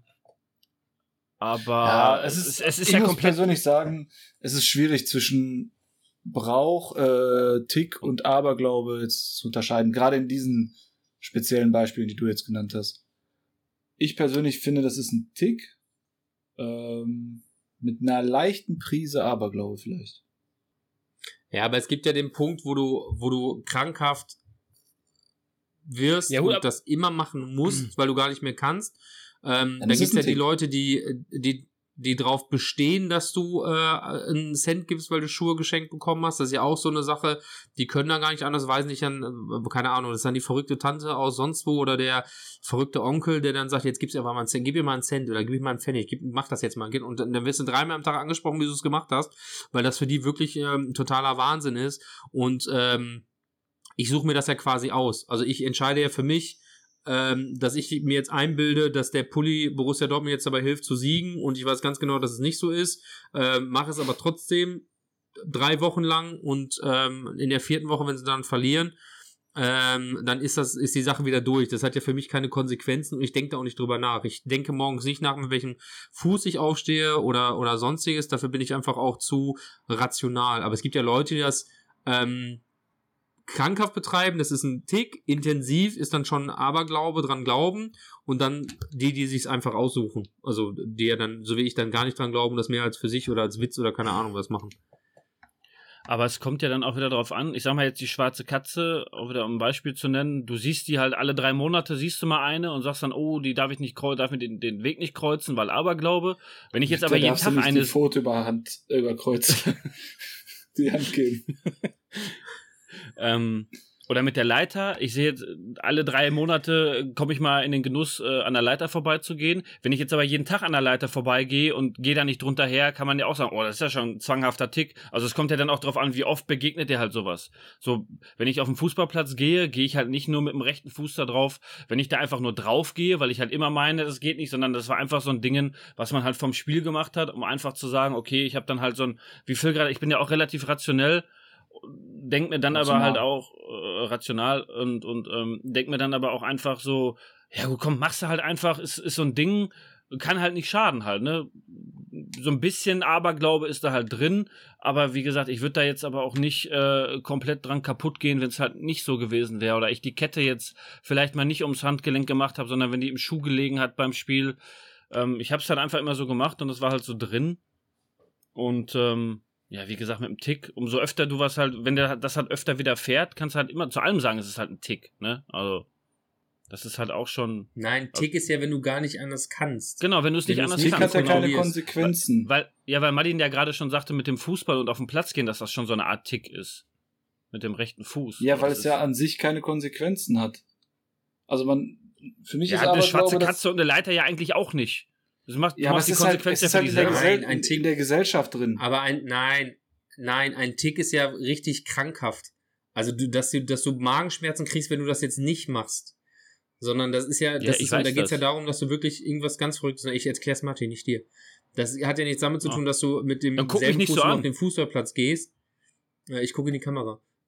aber Ja, es ist, es ist ich ja muss komplett. persönlich sagen, es ist schwierig zwischen Brauch, äh, Tick und Aberglaube jetzt zu unterscheiden, gerade in diesen speziellen Beispielen, die du jetzt genannt hast. Ich persönlich finde, das ist ein Tick ähm, mit einer leichten Prise Aberglaube vielleicht. Ja, aber es gibt ja den Punkt, wo du, wo du krankhaft wirst Ja, gut, und aber- das immer machen musst, weil du gar nicht mehr kannst. Ähm, Ja, da das gibt es ist ein ja die Tick. Leute, die, die, die drauf bestehen, dass du äh, einen Cent gibst, weil du Schuhe geschenkt bekommen hast. Das ist ja auch so eine Sache, die können da gar nicht anders, weisen dich dann, äh, keine Ahnung, das ist dann die verrückte Tante aus sonst wo oder der verrückte Onkel, der dann sagt, jetzt gib's ja mal einen Cent, gib mir mal einen Cent oder gib mir mal einen Pfennig, gib, mach das jetzt mal. Und dann, dann wirst du dreimal am Tag angesprochen, wie du es gemacht hast, weil das für die wirklich ähm, totaler Wahnsinn ist. Und ähm, ich suche mir das ja quasi aus. Also ich entscheide ja für mich, ähm, dass ich mir jetzt einbilde, dass der Pulli Borussia Dortmund jetzt dabei hilft zu siegen und ich weiß ganz genau, dass es nicht so ist, ähm, mache es aber trotzdem drei Wochen lang und ähm, in der vierten Woche, wenn sie dann verlieren, ähm, dann ist das ist die Sache wieder durch. Das hat ja für mich keine Konsequenzen und ich denke da auch nicht drüber nach. Ich denke morgens nicht nach, mit welchem Fuß ich aufstehe oder oder sonstiges. Dafür bin ich einfach auch zu rational. Aber es gibt ja Leute, die das ähm, krankhaft betreiben, das ist ein Tick, intensiv ist dann schon Aberglaube, dran glauben und dann die, die sich's einfach aussuchen. Also die ja dann, so wie ich, dann gar nicht dran glauben, das mehr als für sich oder als Witz oder keine Ahnung was machen. Aber es kommt ja dann auch wieder darauf an, ich sag mal jetzt die schwarze Katze, auch wieder um ein Beispiel zu nennen, du siehst die halt alle drei Monate, siehst du mal eine und sagst dann, oh, die darf ich nicht kreuzen, darf mir den, den Weg nicht kreuzen, weil Aberglaube. Wenn ich jetzt aber jeden Tag eine eine... die Pfote über Hand, äh, über Kreuz die Hand geben. Ähm, oder mit der Leiter. Ich sehe jetzt, alle drei Monate komme ich mal in den Genuss, äh, an der Leiter vorbeizugehen. Wenn ich jetzt aber jeden Tag an der Leiter vorbeigehe und gehe da nicht drunter her, kann man ja auch sagen, oh, das ist ja schon ein zwanghafter Tick. Also es kommt ja dann auch drauf an, wie oft begegnet dir halt sowas. So, wenn ich auf den Fußballplatz gehe, gehe ich halt nicht nur mit dem rechten Fuß da drauf. Wenn ich da einfach nur drauf gehe, weil ich halt immer meine, das geht nicht, sondern das war einfach so ein Ding, was man halt vom Spiel gemacht hat, um einfach zu sagen, okay, ich habe dann halt so ein, wie Phil gerade, ich bin ja auch relativ rationell, denk mir dann Rational. aber halt auch äh, rational und und ähm, denk mir dann aber auch einfach so, ja gut, komm, machst du halt einfach, ist ist so ein Ding, kann halt nicht schaden halt, ne? So ein bisschen Aberglaube ist da halt drin, aber wie gesagt, ich würde da jetzt aber auch nicht äh, komplett dran kaputt gehen, wenn es halt nicht so gewesen wäre oder ich die Kette jetzt vielleicht mal nicht ums Handgelenk gemacht habe, sondern wenn die im Schuh gelegen hat beim Spiel. Ähm, ich habe es halt einfach immer so gemacht und es war halt so drin und ähm, ja, wie gesagt, mit dem Tick, umso öfter du was halt, wenn der das halt öfter widerfährt, kannst du halt immer zu allem sagen, es ist halt ein Tick, ne? Also, das ist halt auch schon. Nein, Tick ist ja, wenn du gar nicht anders kannst. Genau, wenn du es nicht Wenn du's anders nicht Tick kannst. hat ja Genau. keine kontrollierst. Konsequenzen. Weil, ja, weil Martin ja gerade schon sagte, mit dem Fußball und auf dem Platz gehen, dass das schon so eine Art Tick ist. Mit dem rechten Fuß. Ja, weil Das es ist- ja an sich keine Konsequenzen hat. Also man, für mich Ja, ist eine Aberglaube, schwarze dass- Katze und eine Leiter ja eigentlich auch nicht. Das macht, Ja, du aber machst es die ist halt, Konsequenz es ist ja halt für in dich der, selber. Gesell- Gesell Nein, ein Tick- in der Gesellschaft drin. Aber ein, nein, nein, ein Tick ist ja richtig krankhaft. Also du, dass du, dass du Magenschmerzen kriegst, wenn du das jetzt nicht machst. Sondern das ist ja, das Ja, ist, ich und weiß da geht es ja das. darum, dass du wirklich irgendwas ganz Verrücktes, ich erklär's Martin, nicht dir. Das hat ja nichts damit zu Ah. tun, dass du mit dem Dann guck mich selben nicht Fuß so nur an. auf den Fußballplatz gehst. Ja, ich gucke in die Kamera.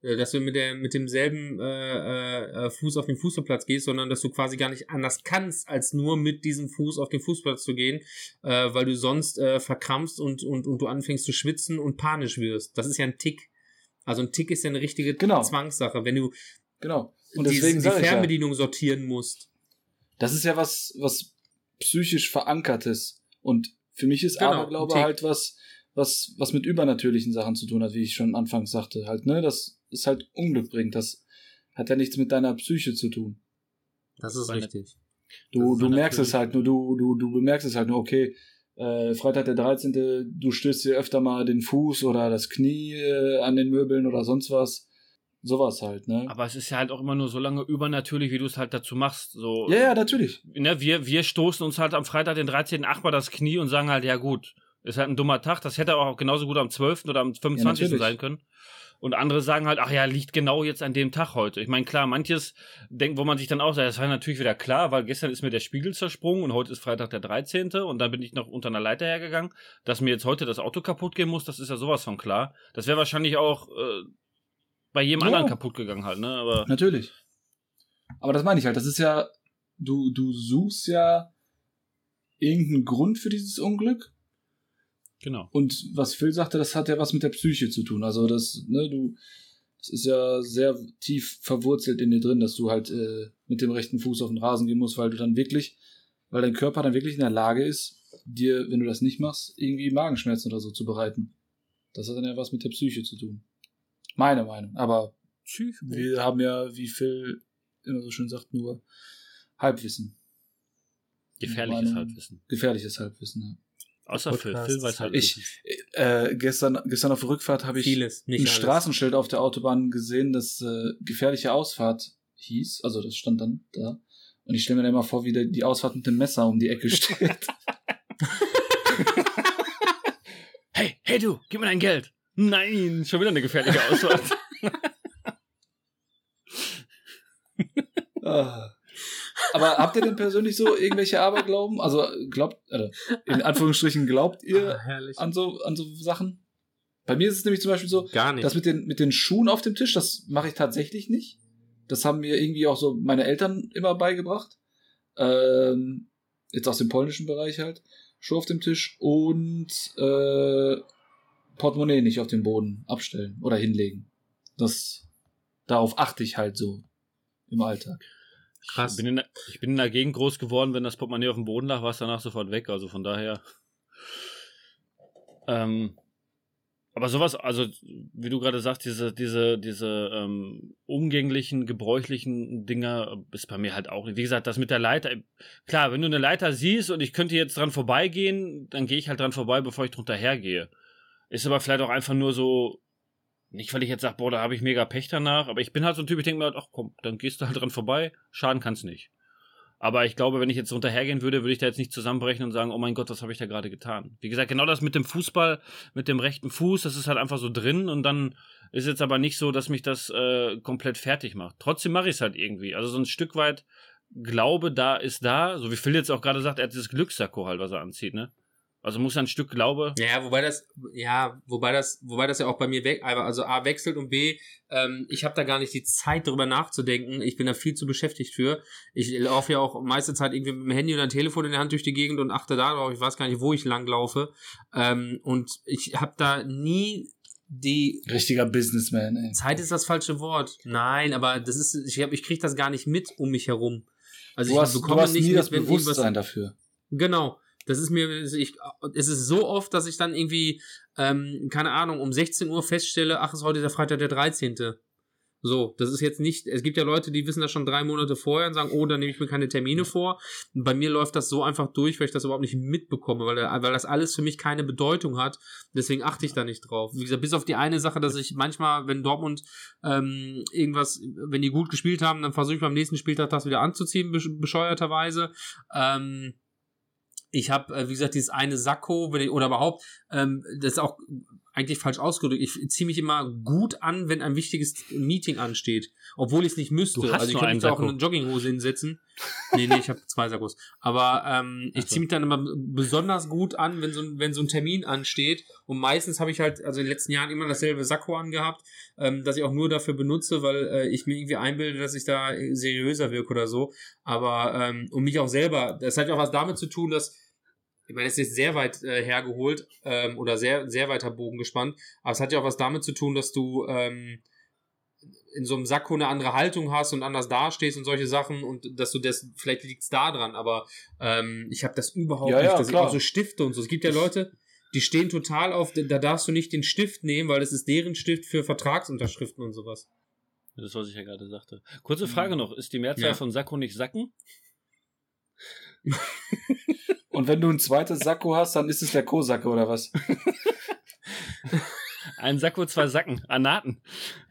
dass du mit der mit demselben äh, äh, Fuß auf den Fußballplatz gehst, sondern dass du quasi gar nicht anders kannst, als nur mit diesem Fuß auf den Fußballplatz zu gehen, äh, weil du sonst äh, verkrampfst und, und, und du anfängst zu schwitzen und panisch wirst. Das ist ja ein Tick. Also ein Tick ist ja eine richtige genau. Zwangssache, wenn du genau. Und die, deswegen die Fernbedienung ja, sortieren musst. Das ist ja was, was psychisch verankertes. Und für mich ist genau, Aberglaube halt was, was, was mit übernatürlichen Sachen zu tun hat, wie ich schon anfangs sagte. Halt, ne, dass es halt Unglück bringt. Das hat ja nichts mit deiner Psyche zu tun. Das ist Meine, richtig. Du, das du merkst es halt nur, du, du, du bemerkst es halt nur, okay, äh, Freitag der dreizehnte du stößt dir öfter mal den Fuß oder das Knie äh, an den Möbeln oder sonst was. Sowas halt, ne? Aber es ist ja halt auch immer nur so lange übernatürlich, wie du es halt dazu machst. So, ja, ja, natürlich. Ne, wir, wir stoßen uns halt am Freitag, den dreizehnten achtmal das Knie und sagen halt, ja gut, ist halt ein dummer Tag. Das hätte auch genauso gut am zwölften oder am fünfundzwanzigsten Ja, sein können. Und andere sagen halt, ach ja, liegt genau jetzt an dem Tag heute. Ich meine, klar, manches denkt, wo man sich dann auch sagt, das war natürlich wieder klar, weil gestern ist mir der Spiegel zersprungen und heute ist Freitag der dreizehnte und dann bin ich noch unter einer Leiter hergegangen. Dass mir jetzt heute das Auto kaputt gehen muss, das ist ja sowas von klar. Das wäre wahrscheinlich auch äh, bei jedem ja. anderen kaputt gegangen halt, ne? Aber natürlich. Aber das meine ich halt, das ist ja, du, du suchst ja irgendeinen Grund für dieses Unglück. genau. Und was Phil sagte, das hat ja was mit der Psyche zu tun. Also das, ne, du, das ist ja sehr tief verwurzelt in dir drin, dass du halt äh, mit dem rechten Fuß auf den Rasen gehen musst, weil du dann wirklich, weil dein Körper dann wirklich in der Lage ist, dir, wenn du das nicht machst, irgendwie Magenschmerzen oder so zu bereiten. Das hat dann ja was mit der Psyche zu tun. Meine Meinung. Aber Psyche. wir haben ja, wie Phil immer so schön sagt, nur Halbwissen. Gefährliches Meinung, Halbwissen. Gefährliches Halbwissen, ja. Außer Phil. Phil weiß halt Ich, äh, gestern, gestern auf der Rückfahrt habe ich Vieles, nicht ein alles. Straßenschild auf der Autobahn gesehen, das äh, gefährliche Ausfahrt hieß. Also das stand dann da. Und ich stelle mir dann immer vor, wie der, die Ausfahrt mit dem Messer um die Ecke steht. Hey, hey du, gib mir dein Geld. Nein, schon wieder eine gefährliche Ausfahrt. ah. Aber habt ihr denn persönlich so irgendwelche Aberglauben? Also glaubt, äh, in Anführungsstrichen, glaubt ihr ah, an so, an so Sachen? Bei mir ist es nämlich zum Beispiel so, Gar nicht. das mit den, mit den Schuhen auf dem Tisch, das mache ich tatsächlich nicht. Das haben mir irgendwie auch so meine Eltern immer beigebracht. Ähm, jetzt aus dem polnischen Bereich halt. Schuhe auf dem Tisch und äh, Portemonnaie nicht auf den Boden abstellen oder hinlegen. Das, darauf achte ich halt so im Alltag. Krass. Ich bin, in der, ich bin in der Gegend groß geworden, wenn das Portemonnaie auf dem Boden lag, war es danach sofort weg. Also von daher. Ähm, aber sowas, also wie du gerade sagst, diese, diese, diese ähm, umgänglichen, gebräuchlichen Dinger ist bei mir halt auch nicht. Wie gesagt, das mit der Leiter, klar, wenn du eine Leiter siehst und ich könnte jetzt dran vorbeigehen, dann gehe ich halt dran vorbei, bevor ich drunter hergehe. Ist aber vielleicht auch einfach nur so, nicht weil ich jetzt sage, boah, da habe ich mega Pech danach, aber ich bin halt so ein Typ, ich denke mir halt, ach komm, dann gehst du halt dran vorbei, schaden kann's nicht. Aber ich glaube, wenn ich jetzt drunter hergehen würde, würde ich da jetzt nicht zusammenbrechen und sagen, oh mein Gott, was habe ich da gerade getan. Wie gesagt, genau das mit dem Fußball, mit dem rechten Fuß, das ist halt einfach so drin und dann ist jetzt aber nicht so, dass mich das äh, komplett fertig macht. Trotzdem mache ich es halt irgendwie. Also so ein Stück weit Glaube da ist da, so wie Phil jetzt auch gerade sagt, er hat dieses Glückssacko halt, was er anzieht, ne? Also muss ein Stück Glaube. Ja, wobei das, ja, wobei das, wobei das ja auch bei mir weg, also A wechselt und B, ähm, ich habe da gar nicht die Zeit, darüber nachzudenken. Ich bin da viel zu beschäftigt für. Ich laufe ja auch meiste Zeit irgendwie mit dem Handy oder dem Telefon in der Hand durch die Gegend und achte darauf. Ich weiß gar nicht, wo ich langlaufe. Ähm, und ich habe da nie die richtiger Businessman, ey. Zeit ist das falsche Wort. Nein, aber das ist, ich hab, ich krieg das gar nicht mit um mich herum. Also du ich hast, bekomme du hast nicht nie mit, das wenn Bewusstsein irgendwas, dafür. Genau. Das ist mir, ich, es ist so oft, dass ich dann irgendwie, ähm, keine Ahnung, um sechzehn Uhr feststelle, ach, ist heute der Freitag der dreizehnte So, das ist jetzt nicht, es gibt ja Leute, die wissen das schon drei Monate vorher und sagen, oh, dann nehme ich mir keine Termine vor. Und bei mir läuft das so einfach durch, weil ich das überhaupt nicht mitbekomme, weil, weil das alles für mich keine Bedeutung hat. Deswegen achte ich da nicht drauf. Wie gesagt, bis auf die eine Sache, dass ich manchmal, wenn Dortmund ähm, irgendwas, wenn die gut gespielt haben, dann versuche ich beim nächsten Spieltag das wieder anzuziehen, bescheuerterweise. Ähm, Ich habe, äh, wie gesagt, dieses eine Sakko, wenn ich, oder überhaupt, ähm, das ist auch eigentlich falsch ausgedrückt. Ich ziehe mich immer gut an, wenn ein wichtiges Meeting ansteht. Obwohl ich es nicht müsste. Du hast also ich nur könnte einen mich da auch in Sakko. eine Jogginghose hinsetzen. Nee, nee, ich habe zwei Sakkos. Aber ähm, ich Ach so. ziehe mich dann immer besonders gut an, wenn so, ein, wenn so ein Termin ansteht. Und meistens habe ich halt, also in den letzten Jahren immer dasselbe Sakko angehabt, ähm, das ich auch nur dafür benutze, weil äh, ich mir irgendwie einbilde, dass ich da seriöser wirke oder so. Aber ähm, um mich auch selber, das hat ja auch was damit zu tun, dass ich meine, es ist jetzt sehr weit äh, hergeholt ähm, oder sehr, sehr weiter Bogen gespannt, aber es hat ja auch was damit zu tun, dass du ähm, in so einem Sakko eine andere Haltung hast und anders dastehst und solche Sachen und dass du das, vielleicht liegt es da dran, aber ähm, ich habe das überhaupt Ja, nicht, ja, dass klar. ich auch so Stifte und so. Es gibt ja Leute, die stehen total auf, da darfst du nicht den Stift nehmen, weil das ist deren Stift für Vertragsunterschriften und sowas. Das, was ich ja gerade sagte. Kurze Frage noch, ist die Mehrzahl Ja. von Sakko nicht Sacken? Und wenn du ein zweites Sakko hast, dann ist es der Co-Sakko oder was? Ein Sakko, zwei Sacken. Anaten.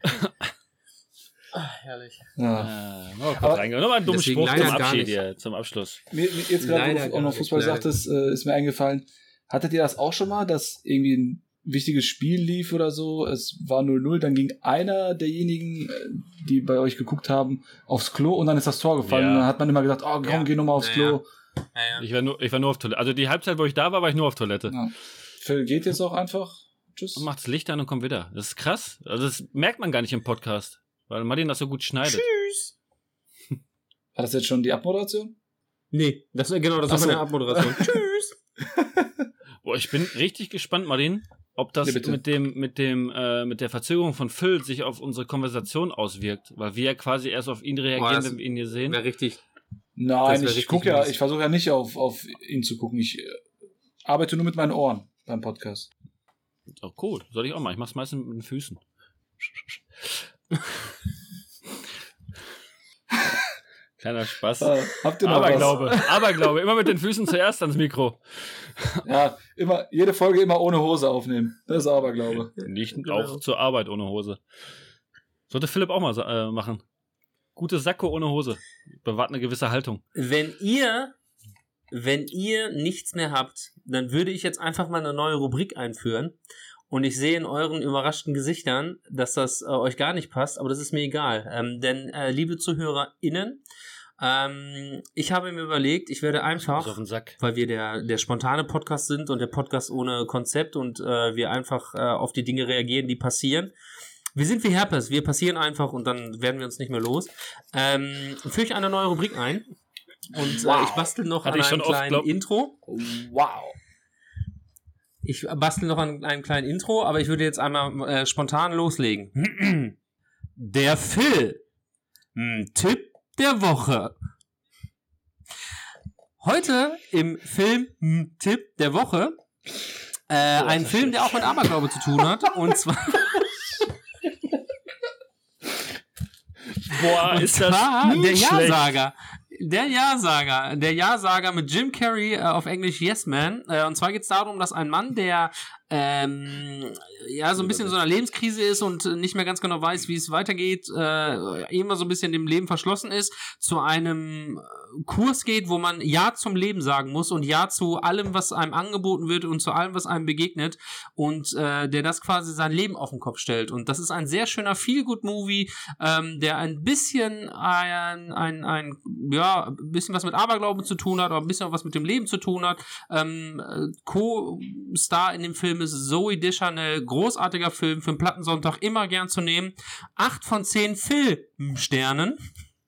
Ah, herrlich. Ja. Ah, mal kurz Aber reingehen. Nochmal ein dummer deswegen Spruch leider zum gar Abschied nicht. hier, zum Abschluss. Mir, mir jetzt gerade, Leider wo du auch gar noch nicht, Fußball leider. sagtest, äh, ist mir eingefallen. Hattet ihr das auch schon mal, dass irgendwie ein wichtiges Spiel lief oder so? Es war null null, dann ging einer derjenigen, äh, die bei euch geguckt haben, aufs Klo und dann ist das Tor gefallen. Ja. Und dann hat man immer gedacht, oh komm, Ja. geh nochmal aufs Ja, Klo. Ja, ja. Ich war, nur, ich war nur auf Toilette. Also die Halbzeit, wo ich da war, war ich nur auf Toilette. Ja. Phil geht jetzt auch einfach. Tschüss. Und macht das Licht an und kommt wieder. Das ist krass. Also das merkt man gar nicht im Podcast, weil Martin das so gut schneidet. Tschüss. War das jetzt schon die Abmoderation? Nee, das, genau, das Ach war so. meine Abmoderation. Tschüss. Boah, ich bin richtig gespannt, Martin, ob das Ja, bitte. mit dem, mit dem, äh, mit der Verzögerung von Phil sich auf unsere Konversation auswirkt, weil wir ja quasi erst auf ihn reagieren, Boah, das wenn wir ihn hier sehen. Wäre richtig. Nein, Das wär ich richtig gucke ja, mies. ich versuche ja nicht auf, auf ihn zu gucken. Ich äh, arbeite nur mit meinen Ohren beim Podcast. Oh, cool. Soll ich auch mal. Ich mach's meistens mit den Füßen. Kleiner Spaß. Äh, habt ihr noch Aberglaube. Aberglaube. Immer mit den Füßen zuerst ans Mikro. was? Ja, immer, jede Folge immer ohne Hose aufnehmen. Das ist Aberglaube. Nicht Genau. auch zur Arbeit ohne Hose. Sollte Philipp auch mal äh, machen. Gutes Sakko ohne Hose. Bewahrt eine gewisse Haltung. Wenn ihr, wenn ihr nichts mehr habt, dann würde ich jetzt einfach mal eine neue Rubrik einführen. Und ich sehe in euren überraschten Gesichtern, dass das äh, euch gar nicht passt, aber das ist mir egal. Ähm, denn, äh, liebe ZuhörerInnen, ähm, ich habe mir überlegt, ich werde Muss einfach, auf den Sack. weil wir der, der spontane Podcast sind und der Podcast ohne Konzept und äh, wir einfach äh, auf die Dinge reagieren, die passieren. Wir sind wie Herpes, wir passieren einfach und dann werden wir uns nicht mehr los. Ähm, führe ich eine neue Rubrik ein und Wow. äh, ich bastel noch Hatte an ich einem schon oft, kleinen glaub- Intro. Wow. Ich bastel noch an einem kleinen Intro, aber ich würde jetzt einmal äh, spontan loslegen. Der Phil. Hm, Tipp der Woche. Heute im Film hm, Tipp der Woche äh, ein Film, der auch mit Aberglaube zu tun hat. Und zwar, Boah, und ist das zwar hm, der schlecht. Ja-Sager. Der Ja-Sager. Der Ja-Sager mit Jim Carrey, äh, auf Englisch Yes Man. Äh, und zwar geht es darum, dass ein Mann, der ähm, ja so ein bisschen in so einer Lebenskrise ist und nicht mehr ganz genau weiß, wie es weitergeht, äh, immer so ein bisschen dem Leben verschlossen ist, zu einem Kurs geht, wo man Ja zum Leben sagen muss und Ja zu allem, was einem angeboten wird und zu allem, was einem begegnet und äh, der das quasi sein Leben auf den Kopf stellt. Und das ist ein sehr schöner Feel-Good-Movie, ähm, der ein bisschen ein, ein, ein, ja, ein bisschen was mit Aberglauben zu tun hat, aber ein bisschen auch was mit dem Leben zu tun hat. Ähm, äh, Co-Star in dem Film ist Zoe Deschanel, großartiger Film für einen Plattensonntag, immer gern zu nehmen. Acht von zehn Filmsternen.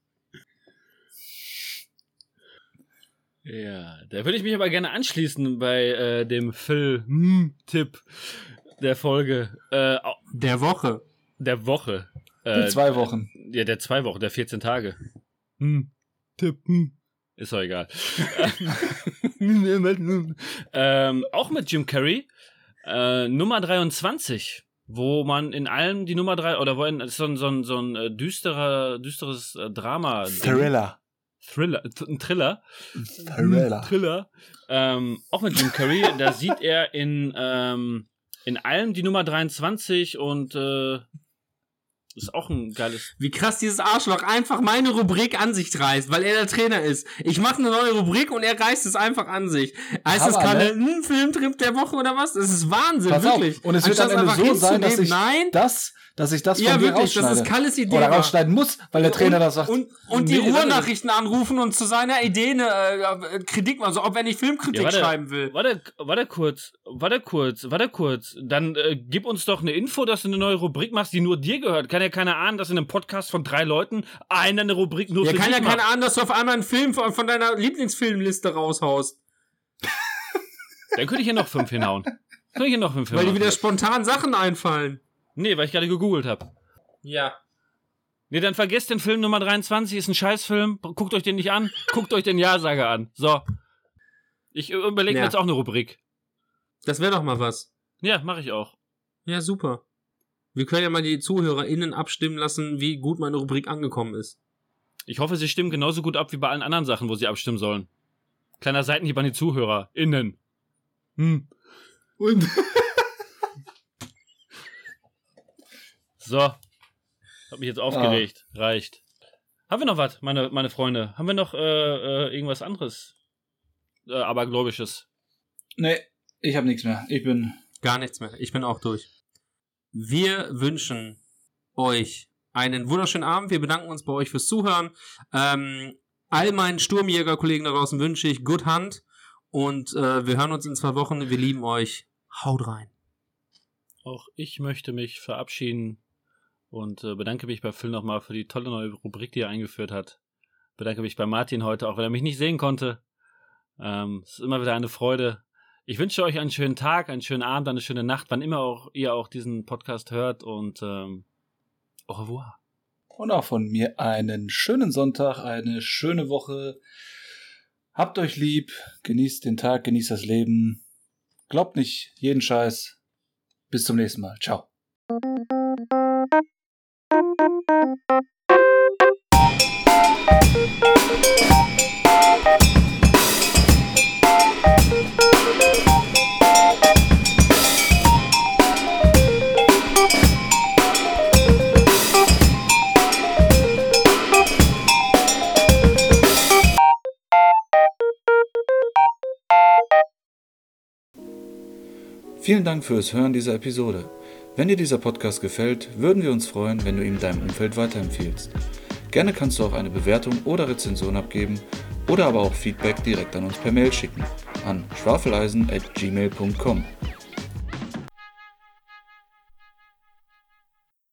Ja, da würde ich mich aber gerne anschließen bei äh, dem Phil-Tipp der Folge. Äh, au- Der Woche. der Woche. Die Äh, zwei Wochen. Ja, der zwei Wochen, der vierzehn Tage. Hm. Tipp. Hm. Ist doch egal. ähm, auch mit Jim Carrey. Äh, Nummer dreiundzwanzig. Wo man in allem die Nummer drei, oder wo ein, so ein, so ein, so ein äh, düsterer, düsteres äh, Drama. Thriller. Thriller. Ein Thriller. Thriller. Thriller. Ähm, auch mit Jim Carrey. Da sieht er in, ähm, in allem die Nummer dreiundzwanzig und äh, ist auch ein geiles... Wie krass dieses Arschloch einfach meine Rubrik an sich reißt, weil er der Trainer ist. Ich mache eine neue Rubrik und er reißt es einfach an sich. Heißt das gerade ein Filmtrip der Woche oder was? Das ist Wahnsinn, Pass wirklich. Auf. Und es wird am Ende so sein, dass ich Nein. das... dass ich das ja, von dir wirklich, rausschneide. Das ist Kalles Idee. Oder rausschneiden muss, weil der Trainer und, das sagt. Und, und die nee, Ruhrnachrichten anrufen und zu seiner Idee eine äh, Kritik machen, so ob er nicht Filmkritik ja, warte, schreiben will. Warte, warte kurz, warte kurz, warte kurz. Dann äh, gib uns doch eine Info, dass du eine neue Rubrik machst, die nur dir gehört. Kann ja keiner ahnen, dass in einem Podcast von drei Leuten einer eine Rubrik nur ja, für dich macht. Ja, kann ja keiner ahnen, dass du auf einmal einen Film von, von deiner Lieblingsfilmliste raushaust. Dann könnte ich hier noch fünf hinhauen. Könnte ich hier noch fünf Weil dir wieder spontan Sachen einfallen. Nee, weil ich gerade gegoogelt habe. Ja. Nee, dann vergesst den Film Nummer dreiundzwanzig, ist ein Scheißfilm. Guckt euch den nicht an, guckt euch den Ja-Sager an. So. Ich überlege ja. mir jetzt auch eine Rubrik. Das wäre doch mal was. Ja, mache ich auch. Ja, super. Wir können ja mal die ZuhörerInnen abstimmen lassen, wie gut meine Rubrik angekommen ist. Ich hoffe, sie stimmen genauso gut ab wie bei allen anderen Sachen, wo sie abstimmen sollen. Kleiner Seitenhieb an die ZuhörerInnen. Hm. Und... So. Hab mich jetzt aufgeregt. Ah. Reicht. Haben wir noch was, meine, meine Freunde? Haben wir noch äh, äh, irgendwas anderes? Äh, Abergläubisches? Nee, ich habe nichts mehr. Ich bin... Gar nichts mehr. Ich bin auch durch. Wir wünschen euch einen wunderschönen Abend. Wir bedanken uns bei euch fürs Zuhören. Ähm, all meinen Sturmjäger-Kollegen da draußen wünsche ich Good Hand. Und äh, wir hören uns in zwei Wochen. Wir lieben euch. Haut rein. Auch ich möchte mich verabschieden. Und äh, bedanke mich bei Phil nochmal für die tolle neue Rubrik, die er eingeführt hat. Bedanke mich bei Martin heute, auch wenn er mich nicht sehen konnte. Ähm, es ist immer wieder eine Freude. Ich wünsche euch einen schönen Tag, einen schönen Abend, eine schöne Nacht, wann immer auch ihr auch diesen Podcast hört. Und ähm, au revoir. Und auch von mir einen schönen Sonntag, eine schöne Woche. Habt euch lieb, genießt den Tag, genießt das Leben. Glaubt nicht jeden Scheiß. Bis zum nächsten Mal. Ciao. Vielen Dank fürs Hören dieser Episode. Wenn dir dieser Podcast gefällt, würden wir uns freuen, wenn du ihn deinem Umfeld weiterempfiehlst. Gerne kannst du auch eine Bewertung oder Rezension abgeben oder aber auch Feedback direkt an uns per Mail schicken an schwafeleisen at gmail punkt com.